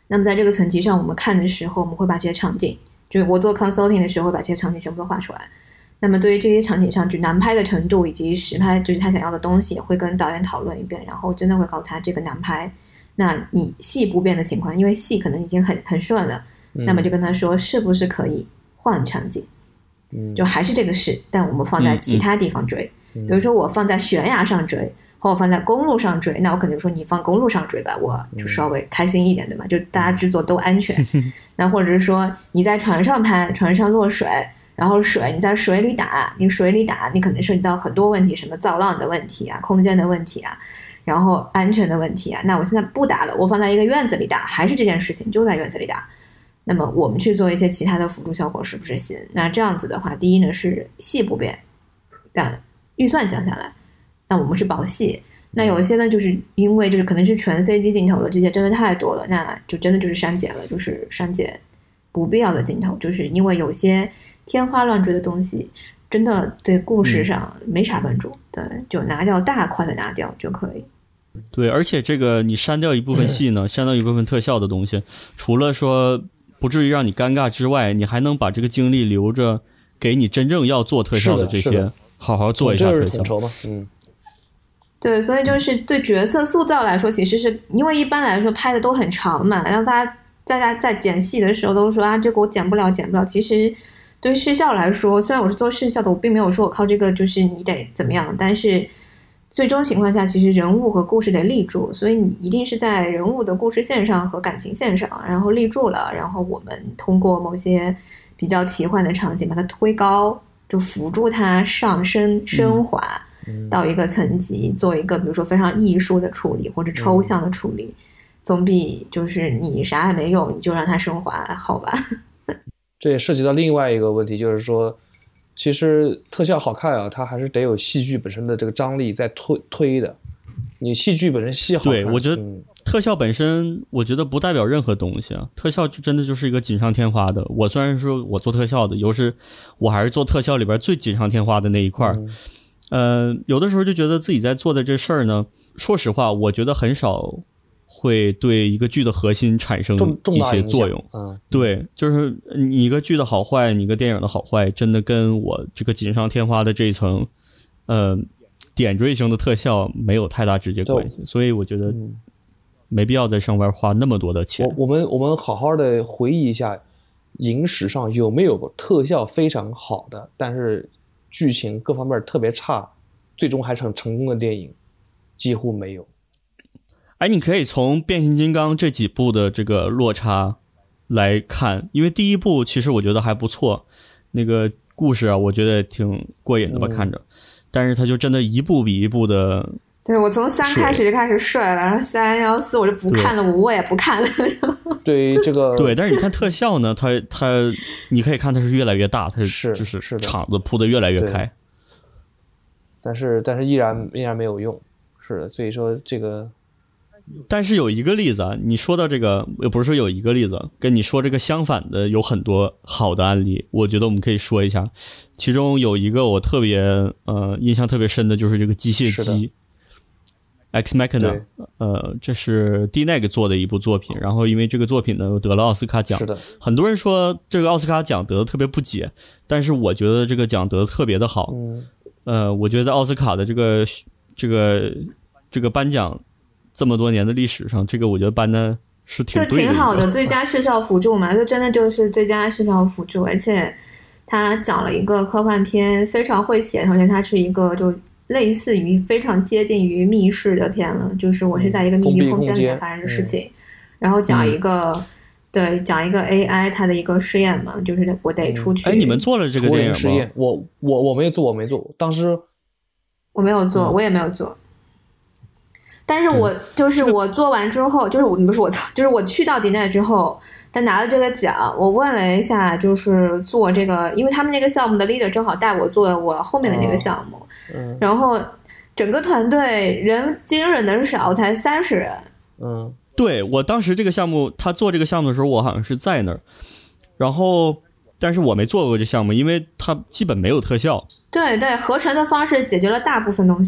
那么在这个层级上，我们看的时候，我们会把这些场景，就是我做 consulting 的时候，会把这些场景全部都画出来。那么对于这些场景上就难拍的程度以及实拍，就是他想要的东西，会跟导演讨论一遍，然后真的会告诉他这个难拍。那你戏不变的情况，因为戏可能已经很很顺了，嗯、那么就跟他说是不是可以换场景，嗯、就还是这个事，但我们放在其他地方追，嗯嗯、比如说我放在悬崖上追，或我放在公路上追，那我肯定说你放公路上追吧，我就稍微开心一点，对吧？就大家制作都安全。那或者是说你在船上拍，船上落水。然后水你在水里打，你水里打你可能涉及到很多问题，什么造浪的问题啊，空间的问题啊，然后安全的问题啊。那我现在不打了，我放在一个院子里打，还是这件事情就在院子里打。那么我们去做一些其他的辅助效果是不是行？那这样子的话，第一呢是戏不变，但预算降下来，那我们是保戏。那有些呢就是因为就是可能是全 C G 镜头的这些真的太多了，那就真的就是删减了，就是删减不必要的镜头，就是因为有些天花乱坠的东西真的对故事上没啥帮助，对，就拿掉大块的拿掉就可以。 对，而且这个你删掉一部分戏呢，删掉一部分特效的东西，除了说不至于让你尴尬之外，你还能把这个精力留着给你真正要做特效的这些，好好做一下特效。 嗯， 对，所以就是对角色塑造来说，其实是因为一般来说拍的都很长嘛，然后大家大家在剪戏的时候都说啊，这个我剪不了，剪不了，其实。对于视效来说，虽然我是做视效的，我并没有说我靠这个就是你得怎么样，但是最终情况下其实人物和故事得立住，所以你一定是在人物的故事线上和感情线上然后立住了，然后我们通过某些比较奇幻的场景把它推高，就辅助它上升升华到一个层级，做一个比如说非常艺术的处理或者抽象的处理，总比就是你啥也没有你就让它升华好吧。 这也涉及到另外一个问题，就是说其实特效好看啊，它还是得有戏剧本身的这个张力在推推的。你戏剧本身戏好看， 对，我觉得特效本身我觉得不代表任何东西啊，特效真的就是一个锦上添花的。我虽然说我做特效的，有时我还是做特效里边最锦上添花的那一块。嗯呃，有的时候就觉得自己在做的这事儿呢，说实话我觉得很少会对一个剧的核心产生一些作用。 嗯， 对，就是你一个剧的好坏，你一个电影的好坏，真的跟我这个锦上添花的这一层呃点缀性的特效没有太大直接关系，所以我觉得没必要在上边花那么多的钱。 我我们我们好好的回忆一下影史上有没有特效非常好的，但是剧情各方面特别差最终还成成功的电影，几乎没有。 哎，你可以从变形金刚这几部的这个落差来看，因为第一部其实我觉得还不错，那个故事啊我觉得挺过瘾的吧、嗯、看着，但是它就真的一部比一部的。 对，我从三开始就开始睡了，然后三然后四我就不看了，五我也不看了。 对于这个对，但是你看特效呢，它它你可以看它是越来越大，它是就是场子铺得越来越开， 但是但是依然依然没有用，是的，所以说这个。 但是有一个例子啊，你说到这个，也不是说有一个例子，跟你说这个相反的有很多好的案例，我觉得我们可以说一下。其中有一个我特别呃印象特别深的就是这个机械姬 Ex Machina， 呃，这是 D N E G 做的一部作品，然后因为这个作品呢得了奥斯卡奖， 是的， 很多人说这个奥斯卡奖得的特别不解，但是我觉得这个奖得的特别的好。 嗯， 呃，我觉得在奥斯卡的这个这个这个颁奖。这么多年的历史上，这个我觉得颁的是挺对的， 就挺好的，最佳视效辅助嘛，就真的就是最佳视效辅助，而且他讲了一个科幻片，非常会写，首先它是一个就类似于非常接近于密室的片了，就是我是在一个密闭空间里面发生的事情，嗯、然后讲一个、嗯、对讲一个 A I 它的一个试验嘛，就是我得出去。 哎、嗯，你们做了这个电影吗？ 实验，我我我没做，我没做，当时我没有做，嗯、我也没有做。但是我就是我做完之后，就是我不是我做，就是我去到 D N E G 之后，他拿了这个奖，我问了一下，就是做这个，因为他们那个项目的 leader 正好带我做我后面的那个项目，哦嗯、然后整个团队人惊人的少，才三十人。 嗯， 对，我当时这个项目，他做这个项目的时候，我好像是在那儿，然后但是我没做过这项目，因为它基本没有特效。 对对，合成的方式解决了大部分东西。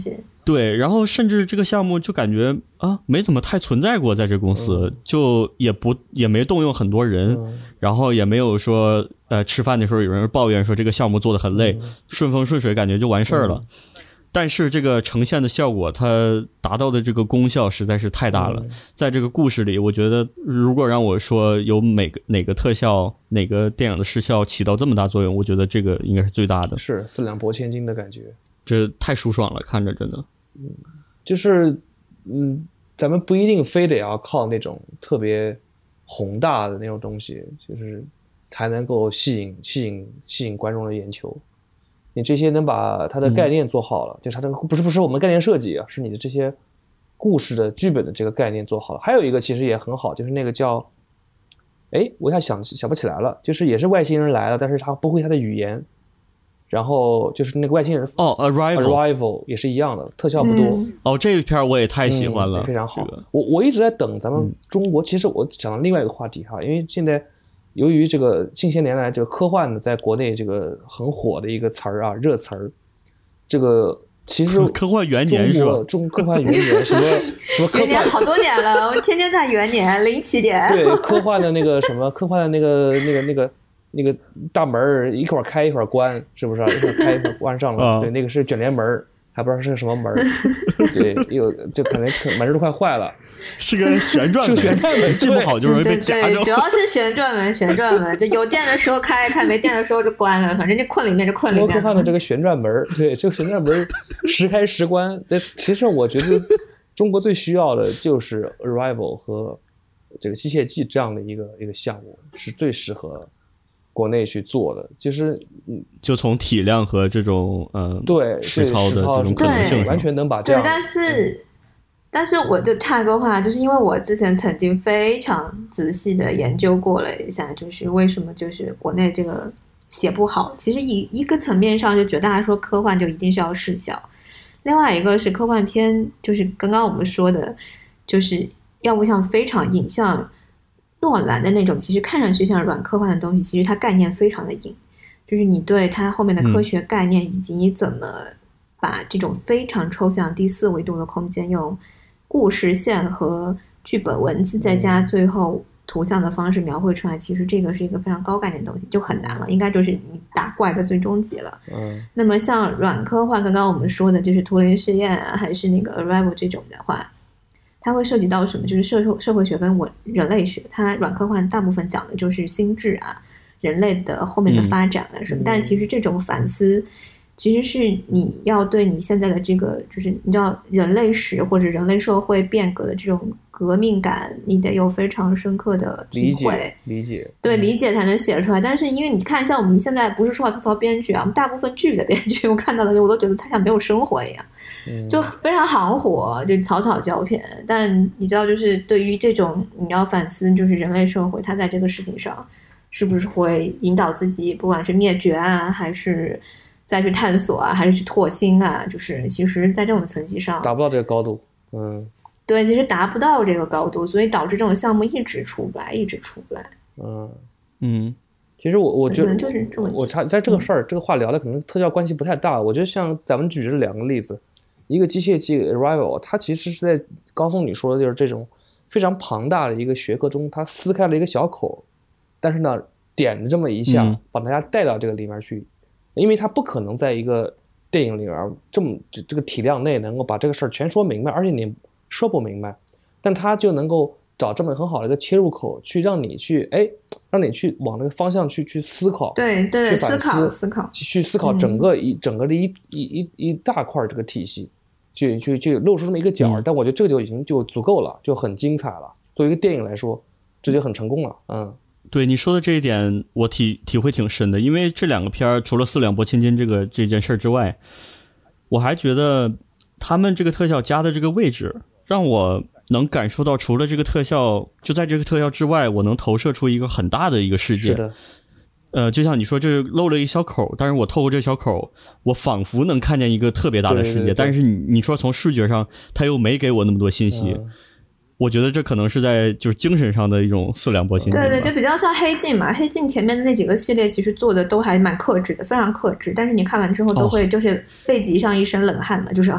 对，然后甚至这个项目就感觉啊没怎么太存在过在这公司，嗯、就也不也没动用很多人，嗯、然后也没有说呃吃饭的时候有人抱怨说这个项目做得很累，嗯、顺风顺水感觉就完事儿了。嗯、但是这个呈现的效果，它达到的这个功效实在是太大了。嗯、在这个故事里，我觉得如果让我说有每个哪个特效、哪个电影的视效起到这么大作用，我觉得这个应该是最大的。 是四两拨千斤的感觉， 这太舒爽了，看着真的。 嗯，就是嗯，咱们不一定非得要靠那种特别宏大的那种东西，就是才能够吸引吸引吸引观众的眼球。你这些能把它的概念做好了，嗯、就是它这个不是不是我们概念设计啊，是你的这些故事的剧本的这个概念做好了。还有一个其实也很好，就是那个叫，哎，我一下想想不起来了，就是也是外星人来了，但是他不会他的语言。然后就是那个外星人哦 ，Arrival Arrival 也是一样的，特效不多。 嗯、哦，这一片我也太喜欢了， 嗯、非常好。 这个、 我我一直在等咱们中国。嗯、其实我讲到另外一个话题哈，因为现在由于这个近些年来这个科幻的在国内这个很火的一个词儿啊，热词儿，这个其实科幻元年是吧？ 中科幻元年什么什么科幻元年好多年了，我们天天在元年零起点。 对，科幻的那个什么科幻的那个那个那个。那个大门一会儿开一会儿关，是不是、啊？一会儿开一会儿关上了。啊、对，那个是卷帘门，还不知道是个什么门。对，有就可能门都快坏了。 是个旋转门，是个旋转门，记不好就容易被夹着。 对，主要是旋转门，旋转门，就有电的时候开开，没电的时候就关了，反正就困里面就困里面。 科幻的这个旋转门，对，这个旋转门时开时关。其实我觉得中国最需要的就是 Arrival 和这个机械季这样的一个一个项目，是最适合国内去做的，就是就从体量和这种呃对实操的这种可能性完全能把这样。 对，但是、嗯、但是我就插个话，就是因为我之前曾经非常仔细的研究过了一下，就是为什么就是国内这个写不好。其实一一个层面上就觉得大家说科幻就一定是要视效，另外一个是科幻片，就是刚刚我们说的，就是要不像非常影像。诺兰的那种其实看上去像软科幻的东西，其实它概念非常的硬，就是你对它后面的科学概念、嗯、以及你怎么把这种非常抽象第四维度的空间用故事线和剧本文字再加最后图像的方式描绘出来，其实这个是一个非常高概念的东西，就很难了，应该就是你打怪的最终级了。 嗯， 那么像软科幻刚刚我们说的就是图灵试验啊，还是那个 Arrival 这种的话，它会涉及到什么？就是社社会学跟我人类学。它软科幻大部分讲的就是心智啊，人类的后面的发展啊什么。嗯、但其实这种反思，其实是你要对你现在的这个，就是你知道人类史或者人类社会变革的这种革命感，你得有非常深刻的体会， 理解，理解对，理解才能写出来。但是因为你看，像我们现在不是说要吐槽编剧啊，我们大部分剧的编剧，我看到的我都觉得他像没有生活一样。就非常行活，就草草胶片。但你知道，就是对于这种你要反思，就是人类社会它在这个事情上是不是会引导自己，不管是灭绝啊，还是再去探索啊，还是去拓新啊，就是其实在这种层级上达不到这个高度。嗯， 对，其实达不到这个高度，所以导致这种项目一直出不来，一直出不来。 嗯嗯， 其实我我觉得就是这我查在这个事儿、嗯、这个话聊的可能特效关系不太大。我觉得像咱们举了两个例子。一个机械季 Arrival， 它其实是在高峰你说的就是这种非常庞大的一个学科中，它撕开了一个小口，但是呢，点了这么一下，嗯、把大家带到这个里面去，因为它不可能在一个电影里面这么这个体量内能够把这个事儿全说明白，而且你说不明白，但它就能够找这么很好的一个切入口，去让你去哎，让你去往那个方向去去思考， 对对， 去反思思考， 去思考整个一、嗯、整个的一一一一大块这个体系。去去去露出这么一个角、嗯，但我觉得这个就已经就足够了，就很精彩了。作为一个电影来说，这就很成功了。嗯， 对你说的这一点，我体体会挺深的。因为这两个片儿，除了四两拨千斤这个这件事之外，我还觉得他们这个特效加的这个位置，让我能感受到，除了这个特效，就在这个特效之外，我能投射出一个很大的一个世界。 是的。 呃，就像你说，这漏了一小口，但是我透过这小口，我仿佛能看见一个特别大的世界。对对对，但是你你说从视觉上，他又没给我那么多信息。嗯、我觉得这可能是在就是精神上的一种四两拨千斤。 对对，就比较像黑镜嘛，黑镜前面的那几个系列其实做的都还蛮克制的，非常克制。但是你看完之后都会就是背脊上一身冷汗嘛，就是啊，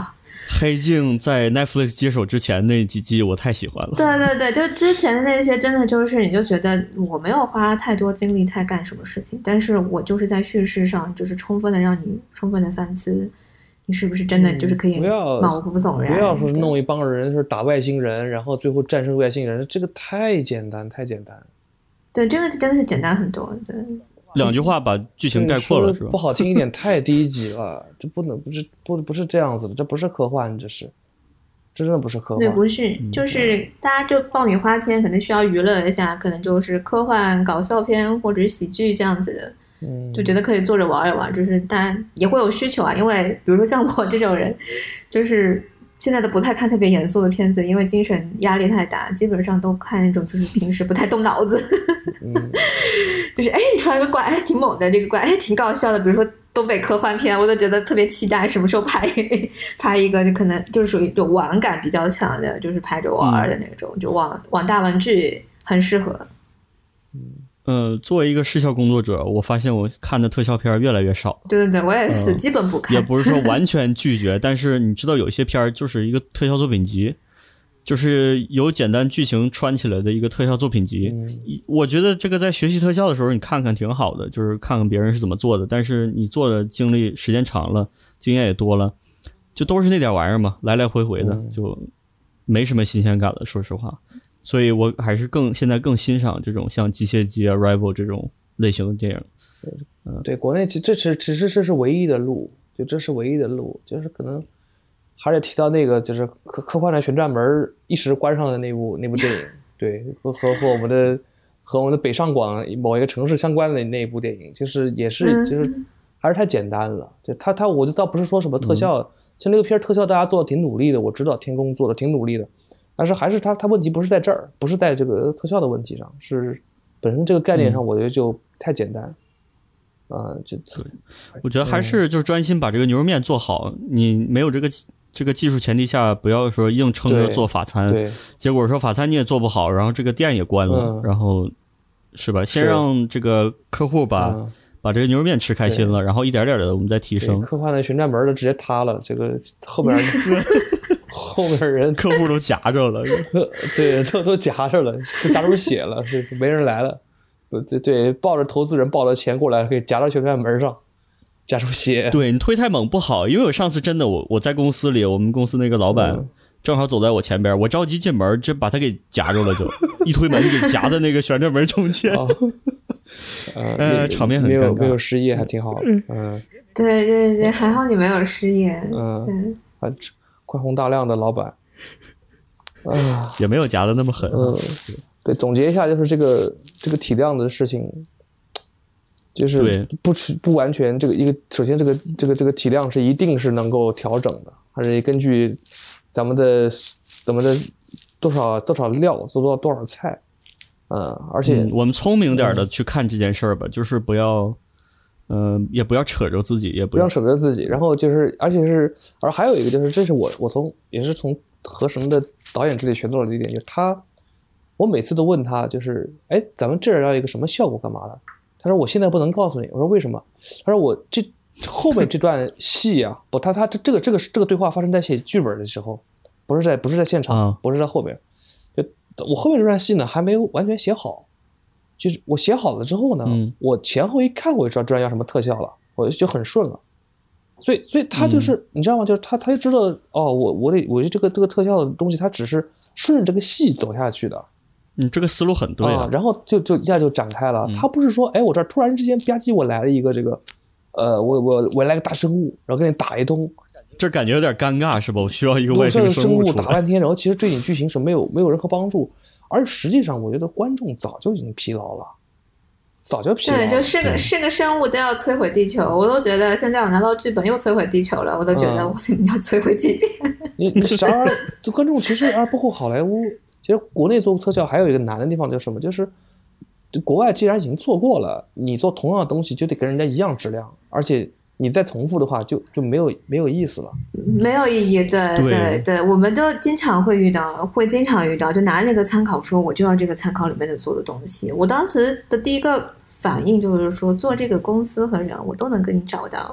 黑镜在 Netflix 接手之前那几季我太喜欢了。 对对对，就之前的那些真的就是你就觉得我没有花太多精力在干什么事情，但是我就是在叙事上就是充分的让你充分的反思你是不是真的就是可以貌不悚然、 嗯、不要说是弄一帮人是打外星人然后最后战胜外星人，这个太简单太简单。 对，这个真的是简单很多。对， 两句话把剧情概括了是吧？ 不好听一点，太低级了，这不能不是不不是这样子的，这不是科幻，这是这真的不是科幻。 对，不是，就是大家就爆米花片可能需要娱乐一下，可能就是科幻搞笑片或者是喜剧这样子的，嗯，就觉得可以坐着玩一玩，就是当然也会有需求啊，因为比如说像我这种人，就是现在都不太看特别严肃的片子，因为精神压力太大，基本上都看那种就是平时不太动脑子。嗯，就是哎，你出来个怪，哎，挺猛的，这个怪，哎，挺搞笑的。比如说东北科幻片，我都觉得特别期待，什么时候拍拍一个，就可能就是属于就玩感比较强的，就是拍着玩的那种，嗯、就网网大玩具很适合。 嗯，呃，作为一个视效工作者，我发现我看的特效片越来越少。 对对对，我也是、呃、基本不看。 也不是说完全拒绝，但是你知道有些片就是一个特效作品集。就是有简单剧情穿起来的一个特效作品集、嗯、我觉得这个在学习特效的时候你看看挺好的，就是看看别人是怎么做的，但是你做的经历时间长了经验也多了，就都是那点玩意儿嘛，来来回回的、嗯、就没什么新鲜感了说实话。所以我还是更现在更欣赏这种像机械姬啊 Rival 这种类型的电影。 嗯，对，国内其实这是其实这是唯一的路，就这是唯一的路，就是可能还是提到那个就是科科幻的旋转门一时关上的那部那部电影，对，和和和我们的和我们的北上广某一个城市相关的那一部电影，就是也是就是还是太简单了。就他他我就倒不是说什么特效，嗯、就那个片特效大家做的挺努力的，我知道天宫做的挺努力的，但是还是他他问题不是在这儿，不是在这个特效的问题上，是本身这个概念上我觉得就太简单。嗯，呃、就对，我觉得还是就专心把这个牛肉面做好，嗯、你没有这个。这个技术前提下不要说硬撑着做法餐，结果说法餐你也做不好，然后这个店也关了、嗯、然后是吧，先让这个客户把、嗯、把这个牛肉面吃开心了，然后一点点的我们再提升。 科幻的旋转门的直接塌了，这个后边后面人客户都夹着了对，都都夹着了，都夹出血了，是没人来了，对对，抱着投资人抱着钱过来给夹到旋转门上夹出血。 对，你推太猛不好，因为我上次真的我我在公司里，我们公司那个老板正好走在我前边，我着急进门就把他给夹住了，就一推门就给夹在那个旋转门中间。哦、呃, 呃场面很尴尬。 没有没有失业还挺好的。嗯， 对对对，还好你没有失业。 嗯，嗯宽宏大量的老板。 啊，也没有夹的那么狠。 嗯，对，总结一下就是这个这个体量的事情。就是不不完全这个一个，首先这个这个这个体量是一定是能够调整的，还是根据咱们的咱们的多少多少料做多少多少菜，嗯，而且、 嗯、我们聪明点的去看这件事儿吧、嗯，就是不要，嗯、呃，也不要扯着自己，也不要扯着自己，然后就是而且是，而还有一个就是，这是我我从也是从河神的导演这里学到了一点，就是他，我每次都问他，就是哎，咱们这儿要一个什么效果干嘛的？他说我现在不能告诉你。我说为什么？他说我这后面这段戏啊，不，他他这这个这个这个对话发生在写剧本的时候，不是在不是在现场，不是在后边。就我后面这段戏呢还没有完全写好，就是我写好了之后呢，嗯、我前后一看我就知道这段要什么特效了，我就很顺了。所以所以他就是、嗯、你知道吗？就是他他就知道哦，我我得我这个这个特效的东西，他只是顺着这个戏走下去的。 你、嗯、这个思路很对 啊, 啊，然后就就一下就展开了。嗯、他不是说，哎，我这突然之间吧唧我来了一个这个，呃，我我我来个大生物，然后跟你打一通， 这感觉有点尴尬是吧？我需要一个外星生物打半天，然后其实对你剧情是没有没有任何帮助，而实际上我觉得观众早就已经疲劳了，早就疲劳了。 对，就是个是个生物都要摧毁地球，我都觉得现在我拿到剧本又摧毁地球了，我都觉得我怎么要摧毁几遍？ 嗯、你你啥？就观众其实而包括好莱坞。其实国内做特效还有一个难的地方就是什么？就是国外既然已经做过了，你做同样的东西就得跟人家一样质量，而且你再重复的话就就没有没有意思了， 没有意义。对对 对, 对，我们就经常会遇到，会经常遇到，就拿那个参考说我就要这个参考里面的做的东西。我当时的第一个反应就是说，做这个公司和人我都能给你找到。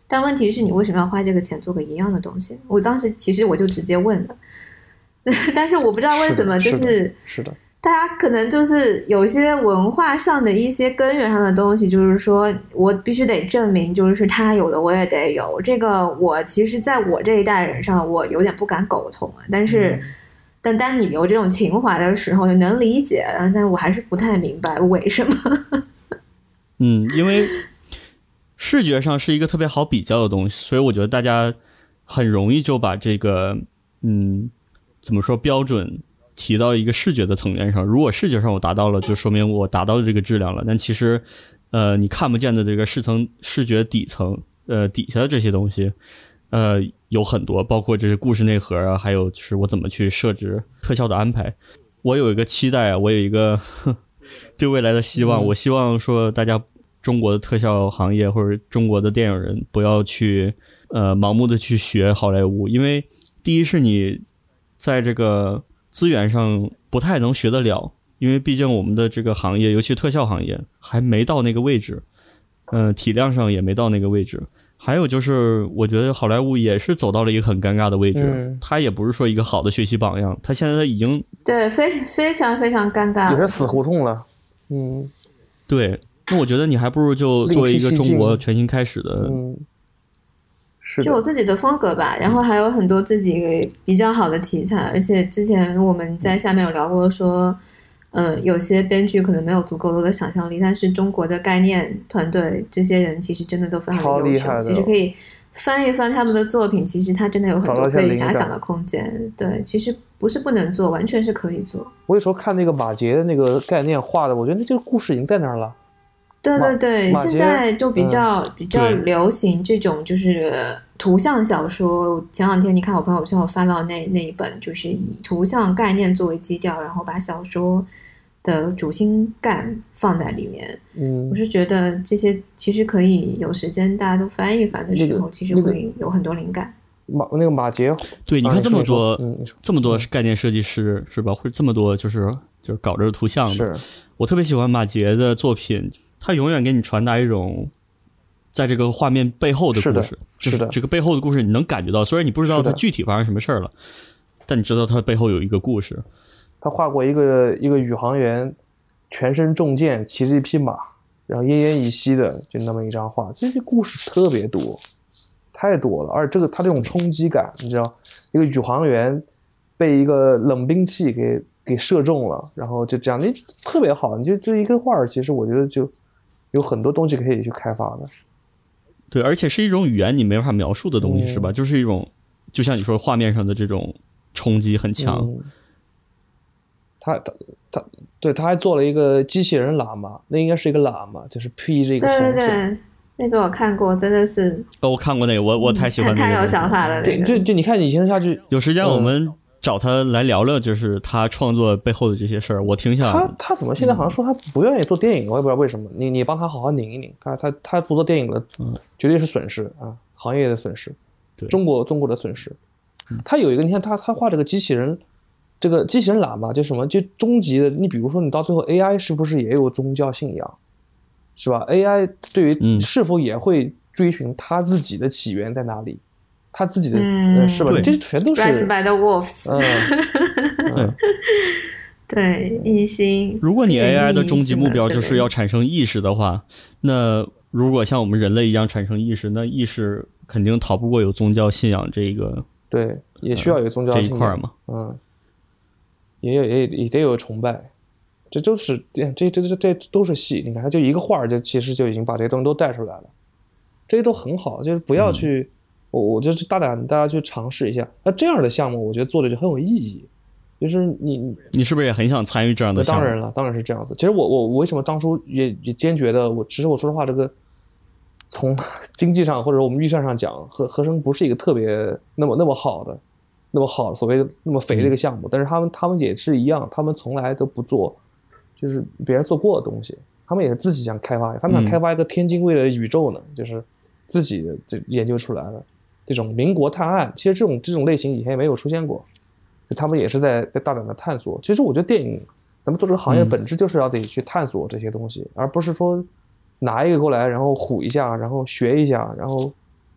但问题是你为什么要花这个钱做个一样的东西？我当时其实我就直接问了，但是我不知道为什么，就是是的，是的， 大家可能就是有些文化上的一些根源上的东西，就是说我必须得证明，就是他有的我也得有。这个我其实在我这一代人上，我有点不敢苟同啊。但是，嗯、但当你有这种情怀的时候，就能理解，但我还是不太明白为什么。 嗯，因为视觉上是一个特别好比较的东西，所以我觉得大家很容易就把这个嗯怎么说标准提到一个视觉的层面上。如果视觉上我达到了，就说明我达到了这个质量了。但其实呃你看不见的这个视层视觉底层呃底下的这些东西呃有很多，包括这是故事内核啊，还有就是我怎么去设置特效的安排。我有一个期待啊，我有一个呵对未来的希望，我希望说大家中国的特效行业或者中国的电影人不要去呃盲目的去学好莱坞，因为第一是你在这个资源上不太能学得了，因为毕竟我们的这个行业尤其特效行业还没到那个位置，呃体量上也没到那个位置。还有就是我觉得好莱坞也是走到了一个很尴尬的位置，嗯、它也不是说一个好的学习榜样，它现在已经对非非常非常尴尬， 也是死胡同了。嗯， 对，那我觉得你还不如就作为一个中国全新开始的， 嗯，是就我自己的风格吧。然后还有很多自己比较好的题材，而且之前我们在下面有聊过说。嗯，有些编剧可能没有足够多的想象力，但是中国的概念团队这些人其实真的都非常的优秀，其实可以翻一翻他们的作品，其实他真的有很多可以遐想的空间。对，其实不是不能做，完全是可以做。 我有时候看那个马杰的那个概念画的，我觉得这个故事已经在那儿了。 对对对，现在就比较、嗯、比较流行这种就是图像小说。前两天你看我朋友圈我发到那那一本，就是以图像概念作为基调，然后把小说的主心干放在里面。 嗯， 我是觉得这些其实可以有时间大家都翻一翻的时候，那个、其实会有很多灵感。 马那个马杰， 对，你看这么多、 啊嗯、 这么多概念设计师是吧？或者这么多就是就是搞这个图像的， 是我特别喜欢马杰的作品。他永远给你传达一种在这个画面背后的故事， 是的， 这个背后的故事你能感觉到，虽然你不知道他具体发生什么事儿了，但你知道他背后有一个故事。 他画过一个一个宇航员全身中箭，骑着一匹马，然后奄奄一息的，就那么一张画。这些故事特别多，太多了，而这个他这种冲击感，你知道，一个宇航员被一个冷兵器给给射中了，然后就这样，你特别好。你就这一个画，其实我觉得就有很多东西可以去开发的。 对，而且是一种语言你没法描述的东西， 嗯、 是吧？就是一种，就像你说画面上的这种冲击很强。 嗯、他他他，对，他还做了一个机器人喇嘛，那应该是一个喇嘛，就是披着一个红色。 对对对，那个我看过，真的是。 哦，我看过那个，我我太喜欢那个、 嗯，太有想法了。 对，就就你看你形容下去， 有时间我们。嗯找他来聊聊，就是他创作背后的这些事儿，我听下来。 他他怎么现在好像说他不愿意做电影，嗯、我也不知道为什么。你你帮他好好拧一拧，他他他不做电影了， 嗯、 绝对是损失啊，行业的损失， 对中国中国的损失。嗯、他有一个，你看他他画这个机器人，这个机器人喇嘛就什么，就终极的。你比如说，你到最后 A I 是不是也有宗教信仰，是吧 ？A I 对于是否也会追寻他自己的起源在哪里？他自己的、 嗯、 是吧？这全都是。 Rise by the Wolves。 嗯。嗯对，一心。 如果你 A I 的终极目标就是要产生意识的话，那如果像我们人类一样产生意识，那意识肯定逃不过有宗教信仰这一个。 对，也需要有宗教信仰、 呃、这一块嘛。 嗯，也有也也得有崇拜，这都是这这这这都是戏。你看，他就一个画，就其实就已经把这些东西都带出来了，这些都很好，就是不要去。嗯我我就是大胆大家去尝试一下，那这样的项目我觉得做的就很有意义，就是你你是不是也很想参与这样的项目？ 当然了，当然是这样子。其实我我我为什么当初也也坚决的，我其实我说实话，这个从经济上或者我们预算上讲，合合生不是一个特别那么那么好的那么好的所谓的那么肥的一个项目，嗯、但是他们他们也是一样，他们从来都不做就是别人做过的东西，他们也是自己想开发，他们想开发一个天津卫的宇宙呢，嗯、就是自己的这研究出来的。这种民国探案，其实这种这种类型以前也没有出现过，他们也是在在大胆的探索。其实我觉得电影，咱们做这个行业的本质就是要得去探索这些东西，嗯、而不是说拿一个过来，然后唬一下，然后学一下，然后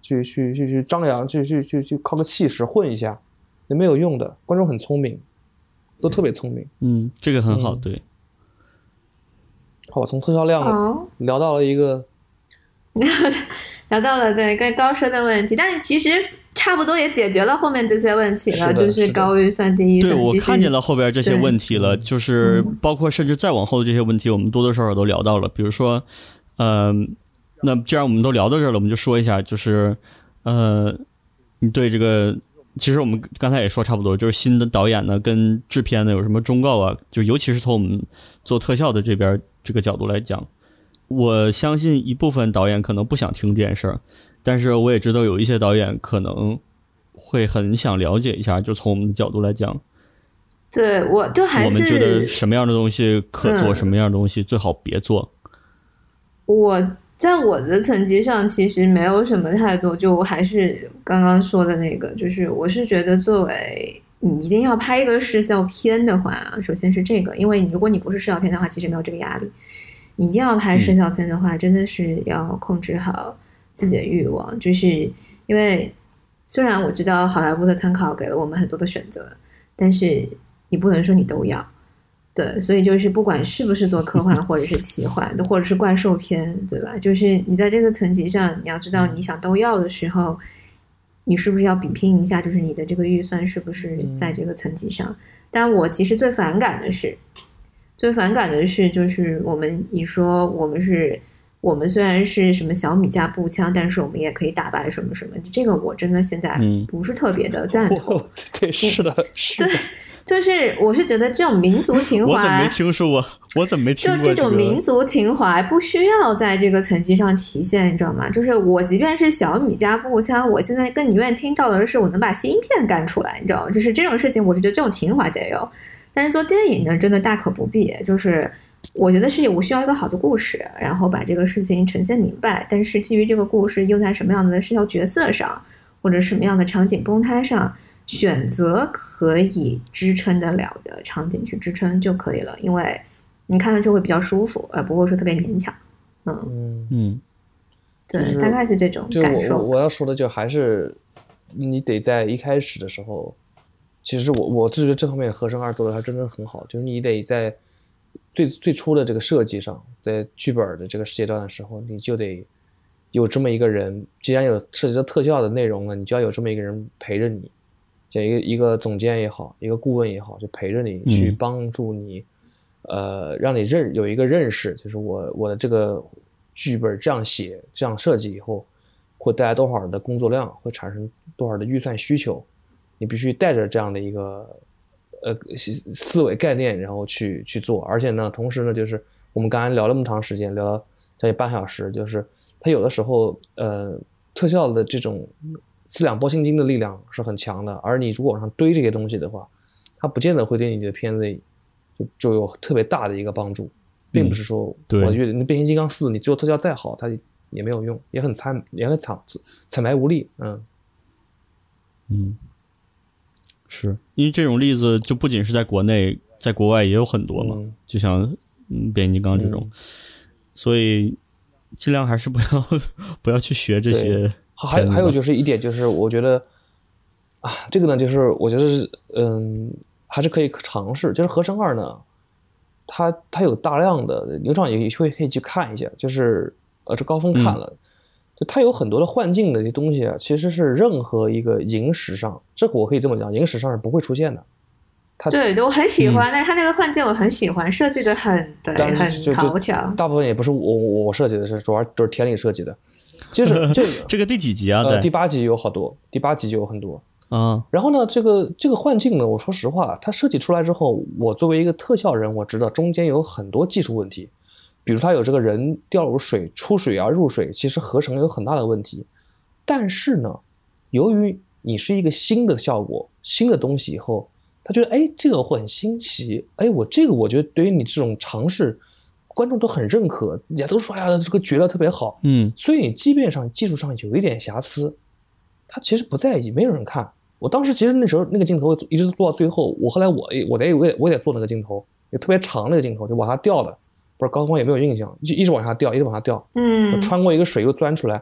去去去去张扬，去去去去靠个气势混一下，也没有用的。观众很聪明，都特别聪明。 嗯，这个很好， 嗯、 对。 好，从特效量聊到了一个， 聊到了对更高深的问题，但其实差不多也解决了后面这些问题了，就是高预算低预算。 对，我看见了后边这些问题了，就是包括甚至再往后的这些问题，我们多多少少都聊到了。比如说，呃，那既然我们都聊到这儿了，我们就说一下，就是呃，你对这个，其实我们刚才也说差不多，就是新的导演呢跟制片呢有什么忠告啊？就尤其是从我们做特效的这边这个角度来讲。我相信一部分导演可能不想听这件事儿，但是我也知道有一些导演可能会很想了解一下，就从我们的角度来讲， 对，我就还是我们觉得什么样的东西可做，嗯、什么样的东西最好别做。 我在我的层级上其实没有什么太多，就我还是刚刚说的那个，就是我是觉得作为你一定要拍一个视效片的话，首先是这个，因为如果你不是视效片的话，其实没有这个压力。你一定要拍视效片的话，嗯、真的是要控制好自己的欲望，就是因为虽然我知道好莱坞的参考给了我们很多的选择，但是你不能说你都要，对，所以就是不管是不是做科幻或者是奇幻或者是怪兽片，对吧？就是你在这个层级上，你要知道你想都要的时候，你是不是要比拼一下，就是你的这个预算是不是在这个层级上？但我其实最反感的是。最反感的是，就是我们你说我们是，我们虽然是什么小米加步枪，但是我们也可以打败什么什么，这个我真的现在不是特别的赞同。 嗯、对，是的，是的。 对，就是我是觉得这种民族情怀， 我怎么没听说过？我怎么没听过、这个？ 就这种民族情怀不需要在这个层级上体现，你知道吗？就是我即便是小米加步枪，我现在更宁愿听到的是我能把芯片干出来，你知道吗？就是这种事情，我是觉得这种情怀得有。但是做电影呢，真的大可不必。就是我觉得是我需要一个好的故事，然后把这个事情呈现明白。但是基于这个故事用在什么样的视效角色上，或者什么样的场景崩塌上，选择可以支撑得了的场景去支撑就可以了。因为你看上去会比较舒服，而不会说特别勉强。嗯嗯， 对、就是，大概是这种感受。 就我我要说的就还是你得在一开始的时候。其实我我觉得这方面合成二做的还真的很好，就是你得在最最初的这个设计上，在剧本的这个阶段的时候，你就得有这么一个人，既然有涉及到特效的内容了，你就要有这么一个人陪着你，像一个一个总监也好，一个顾问也好，就陪着你去帮助你，嗯、呃，让你认有一个认识，就是我我的这个剧本这样写这样设计以后，会带来多少的工作量，会产生多少的预算需求。你必须带着这样的一个呃思维概念，然后去去做，而且呢，同时呢，就是我们刚才聊了那么长时间，聊了将近半小时，就是它有的时候呃特效的这种四两拨千斤的力量是很强的，而你如果往上堆这些东西的话，它不见得会对你的片子就就有特别大的一个帮助，并不是说、嗯、我觉得那变形金刚四你做特效再好，它也没有用，也很惨，也很惨惨白无力，嗯嗯。是因为这种例子就不仅是在国内，在国外也有很多嘛，嗯、就像嗯变形金刚这种、嗯，所以尽量还是不要不要去学这些。 还还有就是一点就是，我觉得啊，这个呢，就是我觉得是嗯，还是可以尝试。就是合成二呢，它它有大量的牛场也会可以去看一下，就是呃，这高峰看了。嗯，就它有很多的幻境的这些东西啊，其实是任何一个影史上，这个我可以这么讲，影史上是不会出现的。它对，我很喜欢，嗯、但是它那个幻境我很喜欢，设计的很对，很讨巧。 大部分也不是我我设计的，是主要都是田里设计的。就是这这个第几集啊？ 呃，第八集有好多，第八集就有很多啊。 然后呢，这个这个幻境呢，我说实话，它设计出来之后，我作为一个特效人，我知道中间有很多技术问题。比如他有这个人掉入水出水啊入水，其实合成有很大的问题。但是呢，由于你是一个新的效果新的东西以后，他觉得哎这个会很新奇，哎我这个我觉得对于你这种尝试观众都很认可，人家都说哎呀这个觉得特别好， 嗯， 所以即便上技术上有一点瑕疵，他其实不在意，没有人看。我当时其实那时候那个镜头一直做到最后，我后来我我得我也我也得做那个镜头，也特别长那个镜头就往下掉的，不知道高峰有没有印象，就一直往下掉，一直往下掉， 嗯， 穿过一个水又钻出来，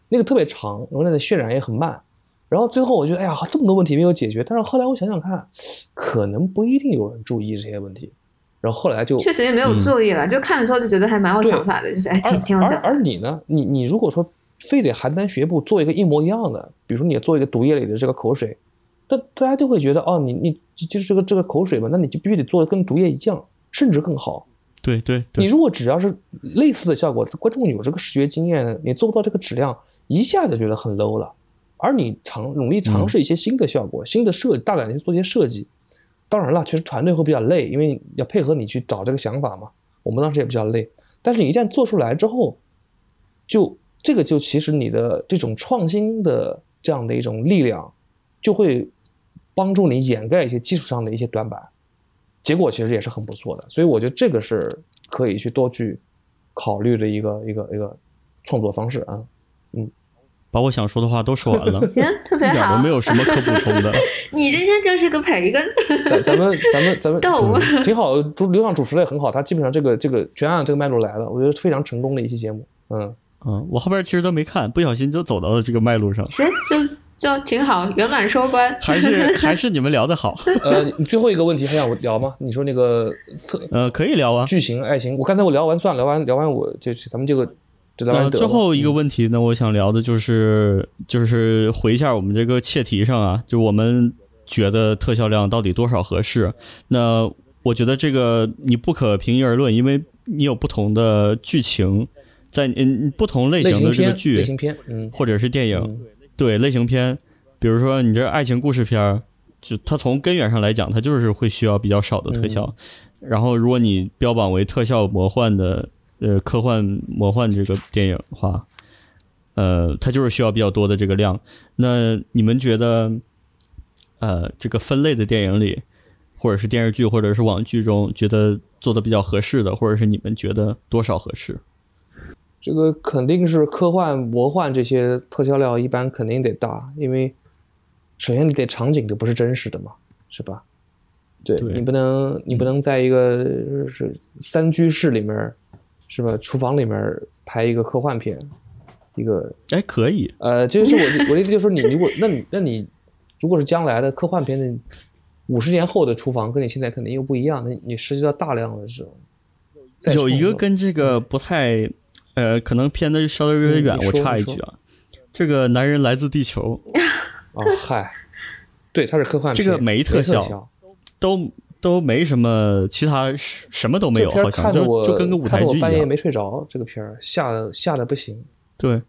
那个特别长，然后那个渲染也很慢。然后最后我觉得，哎呀，这么多问题没有解决。但是后来我想想看，可能不一定有人注意这些问题。然后后来就确实也没有注意了，嗯、就看的时候就觉得还蛮有想法的，就是哎，挺挺有想法。 而而你呢，你你如果说非得邯郸学步做一个一模一样的，比如说你做一个毒液里的这个口水，那大家就会觉得哦，你你就是这个这个口水嘛，那你就必须得做的跟毒液一样，甚至更好。 对对对， 你如果只要是类似的效果，观众有这个视觉经验，你做不到这个质量，一下就觉得很 low 了。而你尝努力尝试一些新的效果、嗯、新的设计，大胆去做一些设计。当然了，确实团队会比较累，因为要配合你去找这个想法嘛。我们当时也比较累，但是你一旦做出来之后，就这个就其实你的这种创新的这样的一种力量，就会帮助你掩盖一些技术上的一些短板，结果其实也是很不错的。所以我觉得这个是可以去多去考虑的一个一个一个创作方式啊，嗯。 把我想说的话都说完了， 行，特别好， 一点都没有什么可补充的。 你今天就是个培根， 咱咱们咱们咱们嗯、挺好，主刘畅主持的也很好，他基本上这个这个全按这个脉络来了，我觉得非常成功的一期节目。嗯嗯，我后边其实都没看，不小心就走到了这个脉络上， 行，就就挺好，圆满收官。 还是还是你们聊得好。 呃，你最后一个问题还想我聊吗？你说那个呃可以聊啊， 剧情爱情，我刚才我聊完算了，聊完聊完我就咱们这个。 呃，最后一个问题呢，我想聊的就是就是回一下我们这个切题上啊，就我们觉得特效量到底多少合适？那我觉得这个你不可平易而论，因为你有不同的剧情，在嗯不同类型的这个剧， 类型片，嗯， 或者是电影， 嗯、 对类型片，比如说你这爱情故事片，就它从根源上来讲，它就是会需要比较少的特效。嗯、然后如果你标榜为特效魔幻的。呃，科幻魔幻这个电影的话，呃，它就是需要比较多的这个量。那你们觉得，呃，这个分类的电影里，或者是电视剧，或者是网剧中，觉得做的比较合适的，或者是你们觉得多少合适？ 这个肯定是科幻、魔幻这些特效料一般肯定得大，因为首先你得场景就不是真实的嘛，是吧？对， 对你不能，你不能在一个是三居室里面。是吧？厨房里面拍一个科幻片，一个哎可以， 呃，就是我我的意思就是说，你如果那你那你如果是将来的科幻片的五十年后的厨房，跟你现在肯定又不一样，那你涉及到大量的这种。 有一个跟这个不太呃，可能偏的稍微有点远， 嗯、 我插一句啊，这个男人来自地球哦，嗨，对，它是科幻片， 这个没特效，特效都。都没什么其他什么都没有，好像就就跟个舞台剧一样。 我半夜没睡着，这个片儿吓得吓得不行。 对，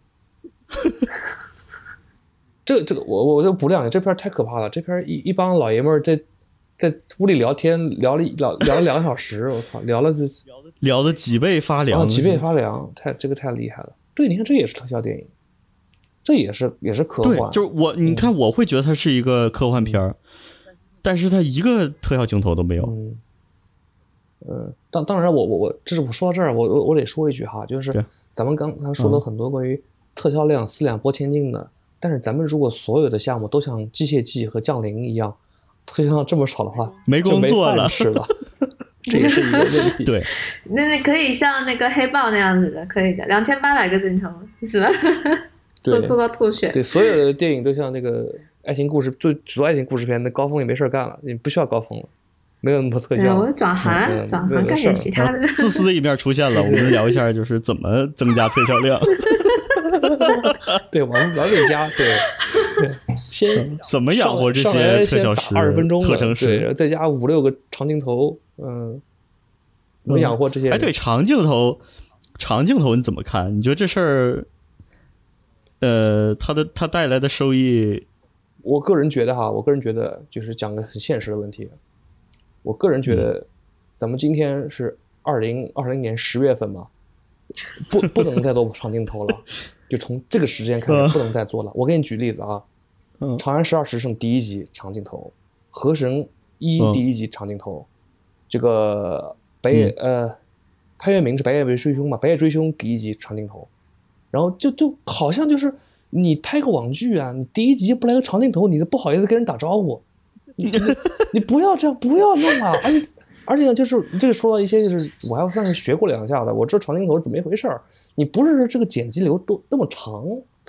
这个这个我我就补两句，这片儿太可怕了。这片儿一一帮老爷们儿在在屋里聊天，聊了聊聊了两个小时，我操，聊了这聊的脊背发凉， 哦，脊背发凉，太这个太厉害了。对，你看这也是特效电影，这也是也是科幻。 对，就是我你看我会觉得它是一个科幻片儿。嗯，但是它一个特效镜头都没有。 嗯，呃，当当然我，我我这是我说到这儿，我我我得说一句哈，就是咱们刚才说了很多关于特效量四两拨千斤的，嗯、但是咱们如果所有的项目都像机械技和降临一样，特效量这么少的话， 没工作了， 是吧？这也是一个问题。 对， 那那可以像那个黑豹那样子的，可以的，两千八百个镜头是吧？做做到吐血。 对，所有的电影都像那个。爱情故事就只做爱情故事片，那高峰也没事干了，你不需要高峰了，没有那么多特效。 我转行，嗯、转行干点其他的。 自私的一面出现了，我们聊一下，就是怎么增加特效量。 对，往往里加，对，对先怎么养活这些特效师、 二十分钟合成师， 对，再加五六个长镜头，嗯，怎么养活这些人？ 哎，对，长镜头，长镜头你怎么看？你觉得这事儿，呃，它的它带来的收益？ 我个人觉得哈，我个人觉得就是讲个很现实的问题。我个人觉得，咱们今天是二零二零年十月份嘛，不不能再做长镜头了，就从这个时间开始不能再做了。我给你举例子啊，《长安十二时辰》第一集长镜头，《河神一》第一集长镜头，这个白夜呃潘粤明是白夜追凶嘛，白夜追凶第一集长镜头，然后就就好像就是。你拍个网剧啊，你第一集不来个长镜头，你都不好意思跟人打招呼，你你不要这样，不要弄啊！而且而且就是这个说到一些，就是我还算是学过两下的，我知道长镜头是怎么一回事儿。你不是这个剪辑流都那么长，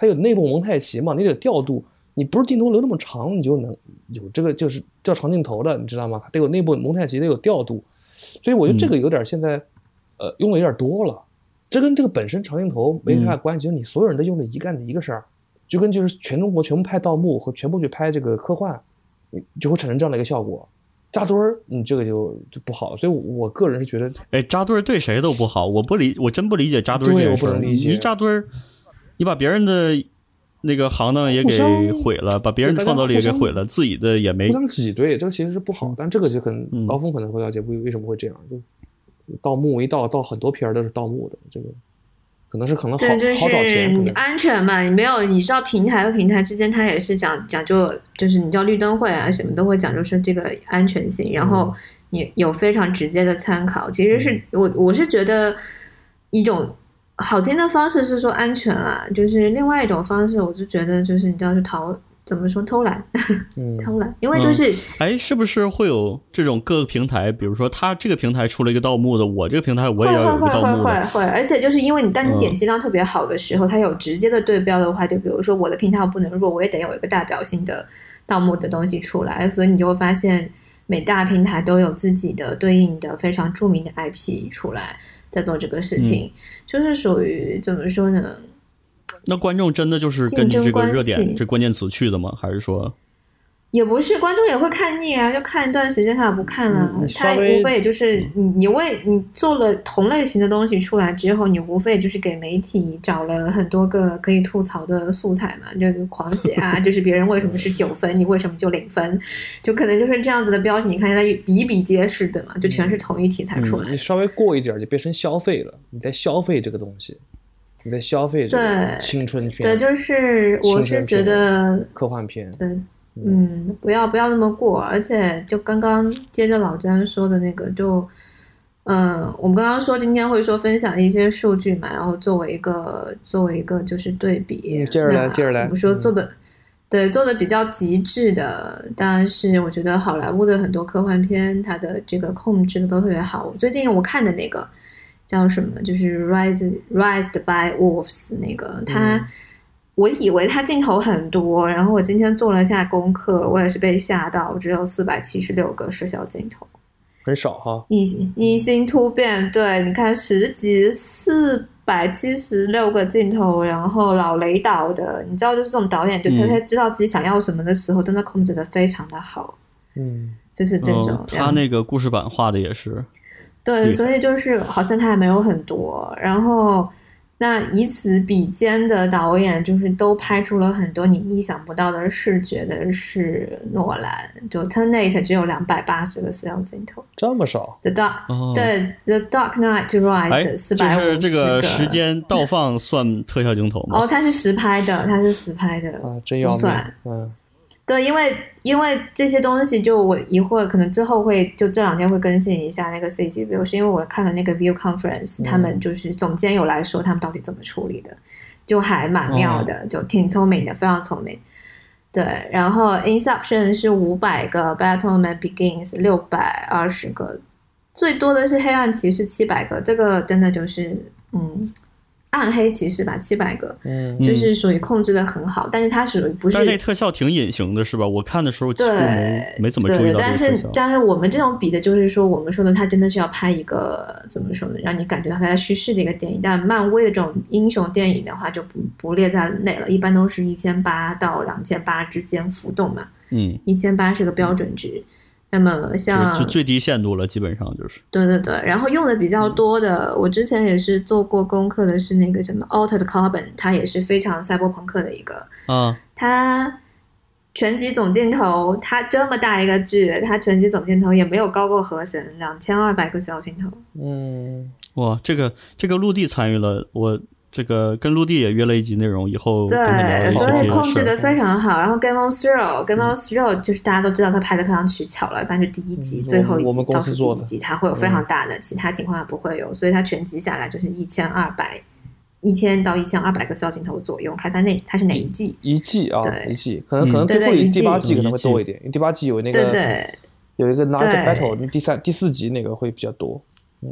它有内部蒙太奇嘛，你得有调度，你不是镜头流那么长，你就能有这个就是叫长镜头的，你知道吗？它得有内部蒙太奇，得有调度，所以我觉得这个有点现在、嗯、呃用的有点多了。这跟这个本身长镜头没太大关系，就是你所有人都用着一干的一个事儿，就跟就是全中国全部拍盗墓和全部去拍这个科幻，就会产生这样的一个效果。扎堆儿，你这个就就不好，所以我个人是觉得， 哎，扎堆儿对谁都不好，我不理，我真不理解扎堆儿这件事。 对，我不能理解。 你扎堆儿，你把别人的那个行当也给毁了，把别人创造力也给毁了，自己的也没互相挤兑，这个其实是不好。但这个就很高峰可能会了解为为什么会这样，就盗墓一盗盗很多片都是盗墓的，这个可能是可能好好找钱， 你安全嘛，你没有，你知道平台和平台之间它也是讲讲究，就是你知道绿灯会啊什么都会讲究是这个安全性，然后你有非常直接的参考。其实是我我是觉得一种好听的方式是说安全啊，就是另外一种方式，我就觉得就是你知道是逃。怎么说偷懒偷懒，因为就是哎、嗯，是不是会有这种各个平台，比如说他这个平台出了一个盗墓的，我这个平台我也要有一个盗墓的， 会会会会，而且就是因为你单纯点击量特别好的时候，嗯、它有直接的对标的话，就比如说我的平台我不能弱，我也得有一个代表性的盗墓的东西出来，所以你就会发现每大平台都有自己的对应的非常著名的 I P 出来在做这个事情，嗯、就是属于怎么说呢？ 那观众真的就是根据这个热点这关键词去的吗？还是说也不是，观众也会看腻啊，就看一段时间他也不看了、啊嗯、他无非也就是你你为你做了同类型的东西出来之后，你无非就是给媒体找了很多个可以吐槽的素材嘛，就狂写啊就是别人为什么是九分你为什么就零分，就可能就是这样子的标题，你看现在比比皆是的嘛，就全是同一题材出来、 嗯、你稍微过一点就变成消费了，你在消费这个东西，你在消费这个青春片， 对，就是我是觉得科幻片， 对，嗯，不要不要那么过，而且就刚刚接着老詹说的那个，就，嗯、呃，我们刚刚说今天会说分享一些数据嘛，然后作为一个作为一个就是对比， 嗯、接着来接着来， 我们说做的、嗯、对做的比较极致的，当然是我觉得好莱坞的很多科幻片，它的这个控制的都特别好。最近我看的那个。叫什么？就是 Rise Rise by Wolves 那个，他、嗯、我以为他镜头很多，然后我今天做了一下功课，我也是被吓到，只有四百七十六个摄像镜头， 很少哈。 异异星突变，对，你看十集四百七十六个镜头，然后老雷导的，你知道，就是这种导演，就他他知道自己想要什么的时候，嗯、真的控制的非常的好， 嗯， 就是这种。 哦、他那个故事版画的也是。 对，所以就是好像他还没有很多，然后那以此比肩的导演就是都拍出了很多你意想不到的视觉的是诺兰，就 Tenet 只有两百八十个摄像镜头， 这么少。 The Dark、哦、对 The Dark Knight Rises 四百五十个， 就是这个时间倒放算特效镜头吗？ 哦，它是实拍的，它是实拍的啊，真要命， 不算。 嗯， 对，因为因为这些东西，就我一会儿可能之后会就这两天会更新一下那个 C G view， 是因为我看了那个 view conference，、嗯、他们就是总监有来说他们到底怎么处理的，就还蛮妙的，哦、就挺聪明的，非常聪明。对，然后 Inception 是五百个 ，Batman Begins 六百二十个，最多的是黑暗骑士七百个，这个真的就是嗯。暗黑骑士吧，七百个， 嗯， 就是属于控制的很好，但是它属于不是， 但是那特效挺隐形的，是吧？我看的时候几乎没没怎么注意到这个特效。 但是但是我们这种比的就是说，我们说的它真的是要拍一个怎么说呢，让你感觉到它在叙事的一个电影。但漫威的这种英雄电影的话，就不不列在内了，一般都是一千八到两千八之间浮动嘛。 嗯， 一千八是个标准值。那么像就最低限度了，基本上就是对对对，然后用的比较多的，我之前也是做过功课的，是那个什么 Altered Carbon， 它也是非常赛博朋克的一个啊， 它全集总镜头，它这么大一个剧，它全集总镜头也没有高过河神，两千二百个小镜头。 嗯， 哇，这个这个陆地参与了，我。这个跟陆地也约了一集内容，以后跟他聊一些这对，所以控制的的非常好。然后 Game of Thrones，Game of Thrones 就是大家都知道他拍的非常取巧了，反正就第一集、 嗯、 最后一集到是第一集，它会有非常大的，嗯、其他情况下不会有，所以它全集下来就是一千二百，一千到一千二百个摄像镜头左右。看它那它是哪一季？ 一季啊， 对一季，可能可能最后第八季可能会多一点，因为第八季有那个对对有一个 Night Battle， 第三第四集那个会比较多，嗯。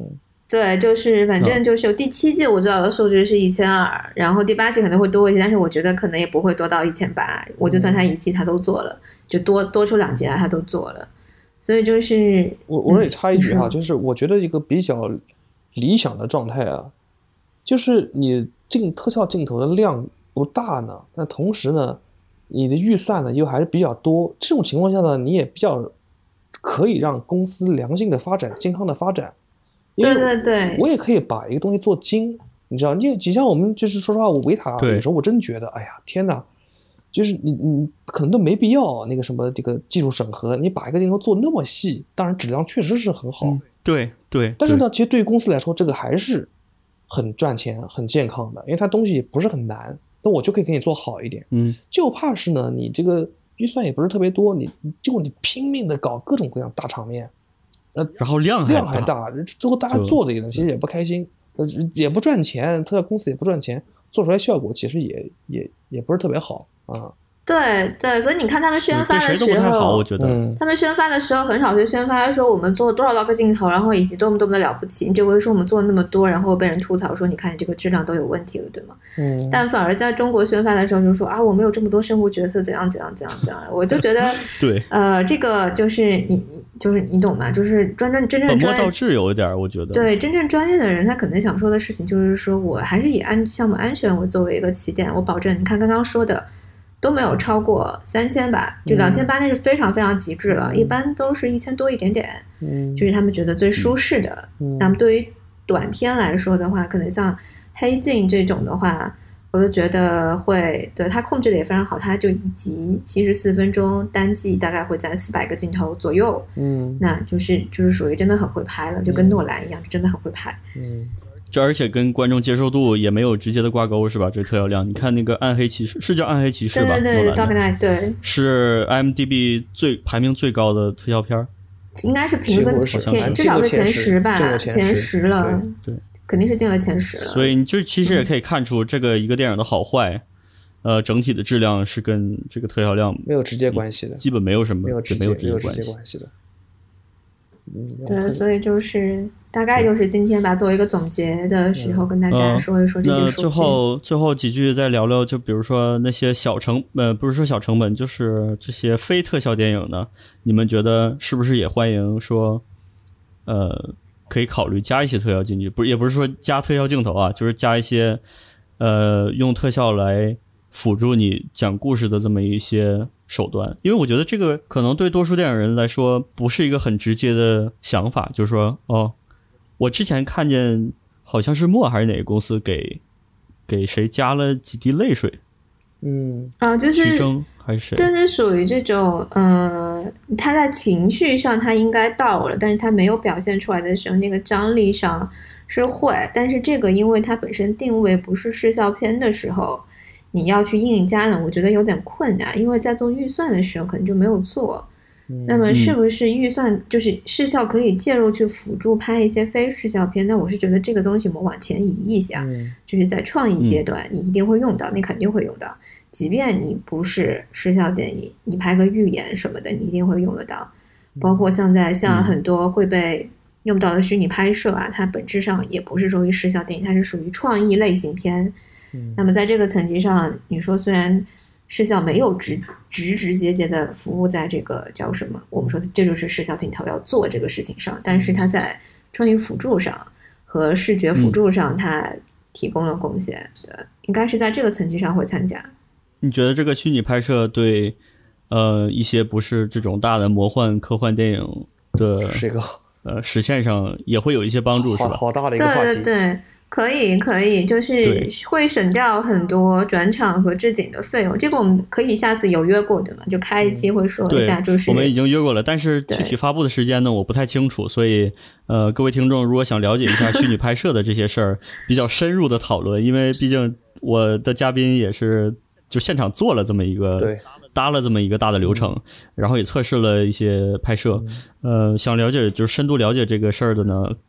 对，就是反正就是有第七季我知道的数据是一千二，然后第八季可能会多一些，但是我觉得可能也不会多到一千八。我就算他一季他都做了，就多多出两季来他都做了，所以就是我我这里插一句哈， 嗯、 就是我觉得一个比较理想的状态啊，就是你镜特效镜头的量不大呢，但同时呢，你的预算呢又还是比较多，这种情况下呢，你也比较可以让公司良性的发展、健康的发展。 对对对， 我也可以把一个东西做精，你知道，你就像我们就是说实话，我维塔有时候我真觉得，哎呀，天哪，就是你你可能都没必要那个什么这个技术审核，你把一个镜头做那么细，当然质量确实是很好， 嗯、对对。 但是呢，其实对于公司来说，这个还是很赚钱、很健康的，因为它东西也不是很难，那我就可以给你做好一点。 嗯， 就怕是呢，你这个预算也不是特别多，你就你拼命的搞各种各样大场面。呃， 然后量还量还大，最后大家做的也其实也不开心，呃，也不赚钱，特效公司也不赚钱，做出来效果其实也也也不是特别好啊。 对对，所以你看他们宣发的时候， 对谁都不太好，我觉得、 嗯、 他们宣发的时候很少去宣发说我们做了多少多少个镜头，然后以及多么多么的了不起，你只会说我们做了那么多，然后被人吐槽说你看你这个质量都有问题了，对吗？ 嗯。 但反而在中国宣发的时候就说啊，我们有这么多生物角色，怎样怎样怎样怎样，我就觉得对， 呃，这个就是你就是你懂吗？就是专专真正本末倒置有一点，我觉得对真正专业的人，他可能想说的事情就是说我还是以安项目安全为作为一个起点，我保证你看刚刚说的。都没有超过三千吧，就两千八那是非常非常极致了，嗯、一般都是一千多一点点，嗯，就是他们觉得最舒适的。嗯、那么对于短片来说的话，可能像黑镜这种的话，我就觉得会对它控制的也非常好，它就一集七十四分钟，单季大概会在四百个镜头左右，嗯，那就是就是属于真的很会拍了，就跟诺兰一样，就真的很会拍，嗯。 这而且跟观众接受度也没有直接的挂钩，是吧？这特效量，你看那个暗黑骑士是叫暗黑骑士吧？ 对对对 ，Dark Knight 对， 是 I M D B 最排名最高的特效片， 应该是评分前至少是前十吧，前十了， 对， 肯定是进了前十了。 所以你就其实也可以看出这个一个电影的好坏，呃，整体的质量是跟这个特效量没有直接关系的， 基本没有什么没有直接没有直接关系关系的。 嗯，对，所以就是大概就是今天吧，作为一个总结的时候，跟大家说一说这些数据。 嗯、那最后最后几句再聊聊，就比如说那些小成呃，不是说小成本，就是这些非特效电影呢，你们觉得是不是也欢迎说，呃，可以考虑加一些特效进去？不是，也不是说加特效镜头啊，就是加一些呃，用特效来辅助你讲故事的这么一些手段，因为我觉得这个可能对多数电影人来说不是一个很直接的想法，就是说哦，我之前看见好像是墨还是哪个公司给给谁加了几滴泪水， 嗯啊，就是徐峥还是谁， 这是属于这种呃，他在情绪上他应该到了，但是他没有表现出来的时候，那个张力上是会，但是这个因为它本身定位不是视效片的时候。你要去硬加呢，我觉得有点困难，因为在做预算的时候可能就没有做。嗯、那么是不是预算就是视效可以介入去辅助拍一些非视效片？那我是觉得这个东西我们往前移一下，嗯、就是在创意阶段你一定会用到，你肯定会用到。即便你不是视效电影，你拍个预演什么的，你一定会用得到。包括像在像很多会被用到的虚拟拍摄啊，它本质上也不是属于视效电影，它是属于创意类型片。那么在这个层级上，你说虽然视效没有直直直接接的服务在这个叫什么，我们说的这就是视效镜头要做这个事情上，但是它在创意辅助上和视觉辅助上，它提供了贡献的，应该是在这个层级上会参加。 你觉得这个虚拟拍摄对呃一些不是这种大的魔幻科幻电影的是一个呃实现上也会有一些帮助，是吧？ 好大的一个话题。 对对对。可以可以，就是会省掉很多转场和置景的费用，这个我们可以下次有约过的嘛，就开一期会说一下，就是我们已经约过了，但是具体发布的时间呢我不太清楚，所以呃各位听众如果想了解一下虚拟拍摄的这些事儿比较深入的讨论，因为毕竟我的嘉宾也是就现场做了这么一个对搭了这么一个大的流程，嗯、然后也测试了一些拍摄，呃想了解就是深度了解这个事儿的呢，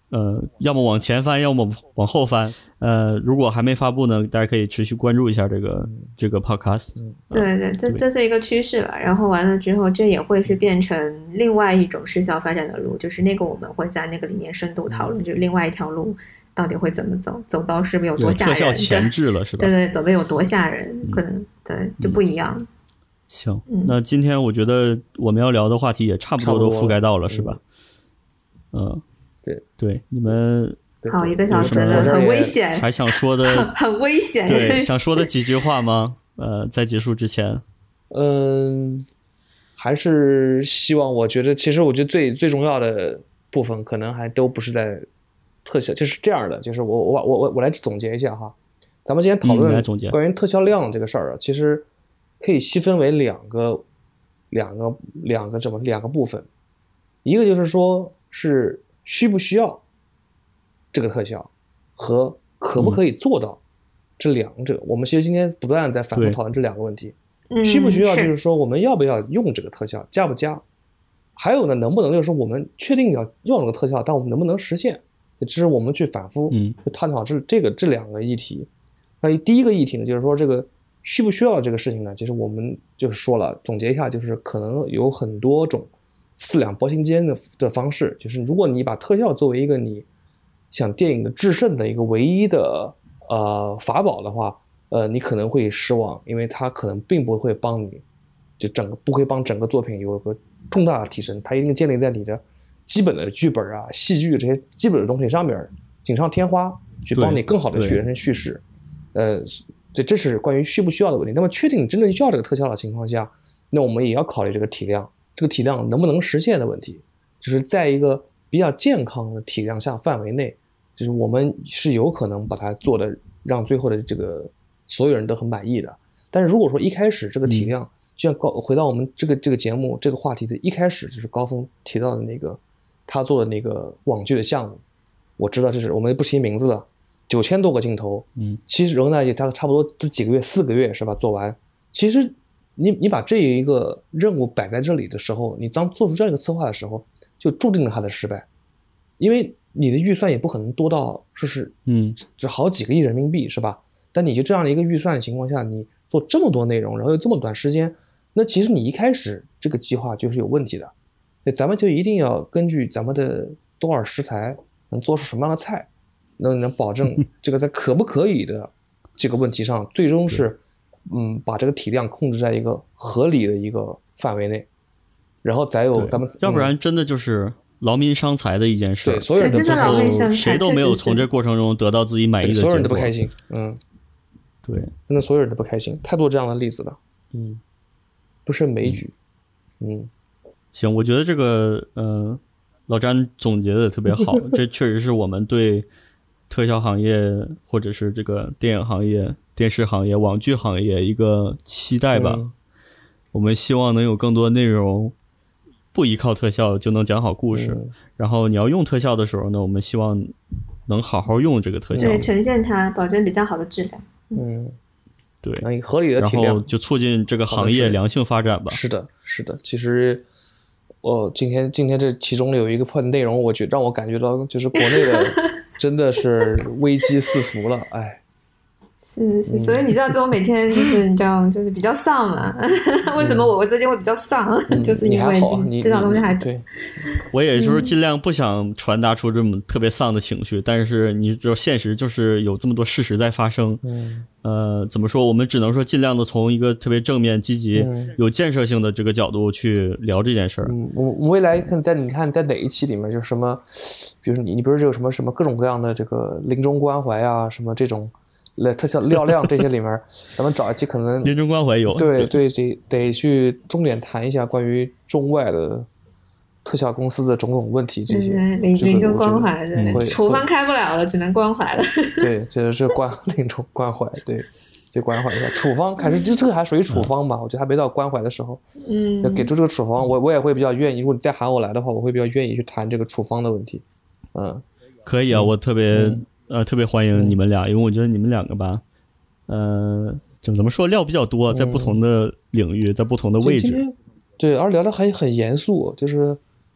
呃，要么往前翻，要么往后翻。呃，如果还没发布呢，大家可以持续关注一下这个这个 podcast。 对对，这这是一个趋势了。然后完了之后，这也会是变成另外一种视效发展的路，就是那个我们会在那个里面深度讨论，就是另外一条路到底会怎么走，走到是不是有多吓人？ 特效前置了是吧？ 对对，走的有多吓人，嗯、可能对就不一样。嗯、 行、嗯，那今天我觉得我们要聊的话题也差不多都覆盖到了，是吧？嗯。呃对对，你们好一个小时了，很危险， 还想说的很, 很危险， 对，想说的几句话吗？呃，在结束之前， 嗯，还是希望，我觉得，其实我觉得最最重要的部分，可能还都不是在特效，就是这样的，就是我我我我我来总结一下哈，咱们今天讨论关于特效量这个事儿啊，其实可以细分为两个两个两个怎么两个部分，一个就是说是。需不需要这个特效和可不可以做到、嗯、这两者，我们其实今天不断在反复讨论这两个问题。需不需要就是说我们要不要用这个特效，加不加？还有呢，能不能就是说我们确定要用这个特效，但我们能不能实现？这是我们去反复去探讨这这个这两个议题。那第一个议题呢，就是说这个需不需要这个事情呢？其实我们就是说了，总结一下，就是可能有很多种。四两拨千斤的的方式，就是如果你把特效作为一个你想电影的制胜的一个唯一的呃法宝的话，呃，你可能会失望，因为它可能并不会帮你，就整个不会帮整个作品有一个重大的提升，它一定建立在你的基本的剧本啊、戏剧这些基本的东西上面，锦上添花，去帮你更好的去完成叙事。呃，这这是关于需不需要的问题。那么确定你真正需要这个特效的情况下，那我们也要考虑这个体量。这个体量能不能实现的问题，就是在一个比较健康的体量下范围内，就是我们是有可能把它做的让最后的这个所有人都很满意的。但是如果说一开始这个体量，嗯、就像高回到我们这个这个节目这个话题的一开始，就是高峰提到的那个他做的那个网剧的项目，我知道这是我们不提名字了，九千多个镜头，嗯，其实仍然也差不多就几个月四个月是吧？做完，其实。你你把这一个任务摆在这里的时候，你当做出这样一个策划的时候，就注定了它的失败，因为你的预算也不可能多到说是嗯，只好几个亿人民币是吧？但你就这样的一个预算的情况下，你做这么多内容，然后又这么短时间，那其实你一开始这个计划就是有问题的。所以咱们就一定要根据咱们的多少食材能做出什么样的菜，能能保证这个在可不可以的这个问题上，最终是。嗯，把这个体量控制在一个合理的一个范围内，然后再有咱们， 要不然真的就是劳民伤财的一件事。 对，所有人都不开心， 谁都没有从这过程中得到自己满意的结果。 所有人都不开心，嗯， 对， 真的所有人都不开心，太多这样的例子了，嗯，不胜枚举，嗯， 行，我觉得这个呃，老詹总结的特别好，这确实是我们对特效行业或者是这个电影行业。电视行业、网剧行业一个期待吧、嗯，我们希望能有更多内容不依靠特效就能讲好故事、嗯、然后你要用特效的时候呢，我们希望能好好用这个特效， 对，呈现它，保证比较好的质量。 嗯， 对， 合理的体量， 然后就促进这个行业良性发展吧。 是的，是的。其实，我今天今天这其中有一个破内容，我觉得让我感觉到，就是国内的真的是危机四伏了，哎。 是是，所以你知道，就我每天就是你知道，就是比较丧嘛。为什么我我最近会比较丧？嗯、就是因为这种东西还对。 我也就是尽量不想传达出这么特别丧的情绪，嗯、但是你知道，现实就是有这么多事实在发生。嗯。呃，怎么说？我们只能说尽量的从一个特别正面、积极、嗯、有建设性的这个角度去聊这件事儿。 嗯，我我未来看在你看在哪一期里面，就什么，比如说你你不是有什么什么各种各样的这个临终关怀啊，什么这种。特效料量这些里面，咱们找一期可能临终关怀有对对得得去重点谈一下关于中外的特效公司的种种问题，这些临临终关怀的处方开不了了，只能关怀了。 对，这是关临终关怀，对，就关怀一下。处方还是这这个还属于处方吧，嗯、我觉得还没到关怀的时候。嗯，要给出这个处方，我我也会比较愿意。如果你再喊我来的话，我会比较愿意去谈这个处方的问题。嗯， 可以啊，我特别。嗯呃，特别欢迎你们俩，因为我觉得你们两个吧，呃，怎么怎么说料比较多，在不同的领域，在不同的位置。 对，而聊得还很严肃，就是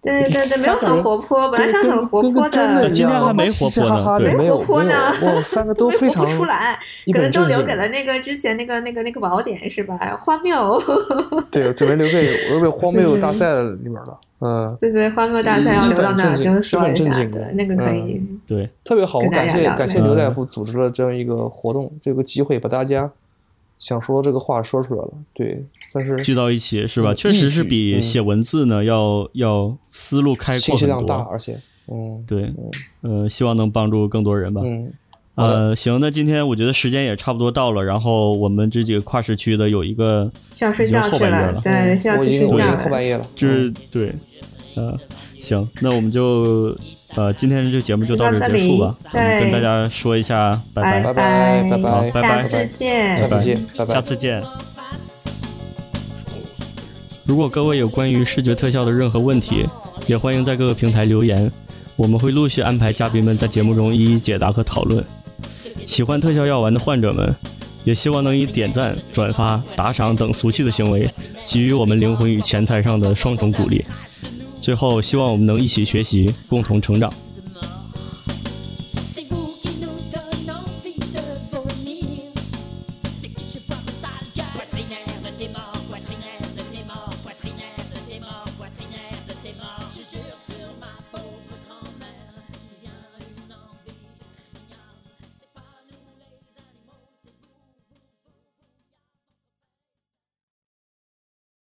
对对对对，没有很活泼，本来他很活泼的， 今天还没活泼呢， 对，没活泼呢， 我三个都非常活不出来，可能都留给了那个之前那个那个那个宝典是吧？荒谬。 对，准备留给留给荒谬大赛里面了。嗯， 对对，荒谬大赛要留到那儿就说一下的， 那个可以， 嗯、对， 特别好，我感谢感谢刘大夫组织了这样一个活动，这个机会把大家想说这个话说出来了，对，算是聚到一起是吧？嗯、确实是比写文字呢、嗯、要要思路开阔很多， 信息量大，而且，嗯， 对，嗯、呃，希望能帮助更多人吧。 嗯， 呃，行，那今天我觉得时间也差不多到了，然后我们这几个跨时区的有一个需要睡觉去了，对，需要去睡觉了， 我已经后半夜了， 就是对，呃，行，那我们就。呃，今天这节目就到这结束吧。我们跟大家说一下，拜拜， 拜拜，拜拜， 好，拜拜， 下次见， 下次见，拜拜， 下次见。如果各位有关于视觉特效的任何问题，也欢迎在各个平台留言，我们会陆续安排嘉宾们在节目中一一解答和讨论。喜欢特效药丸的患者们，也希望能以点赞、转发、打赏等俗气的行为，给予我们灵魂与钱财上的双重鼓励。最后，希望我们能一起学习，共同成长。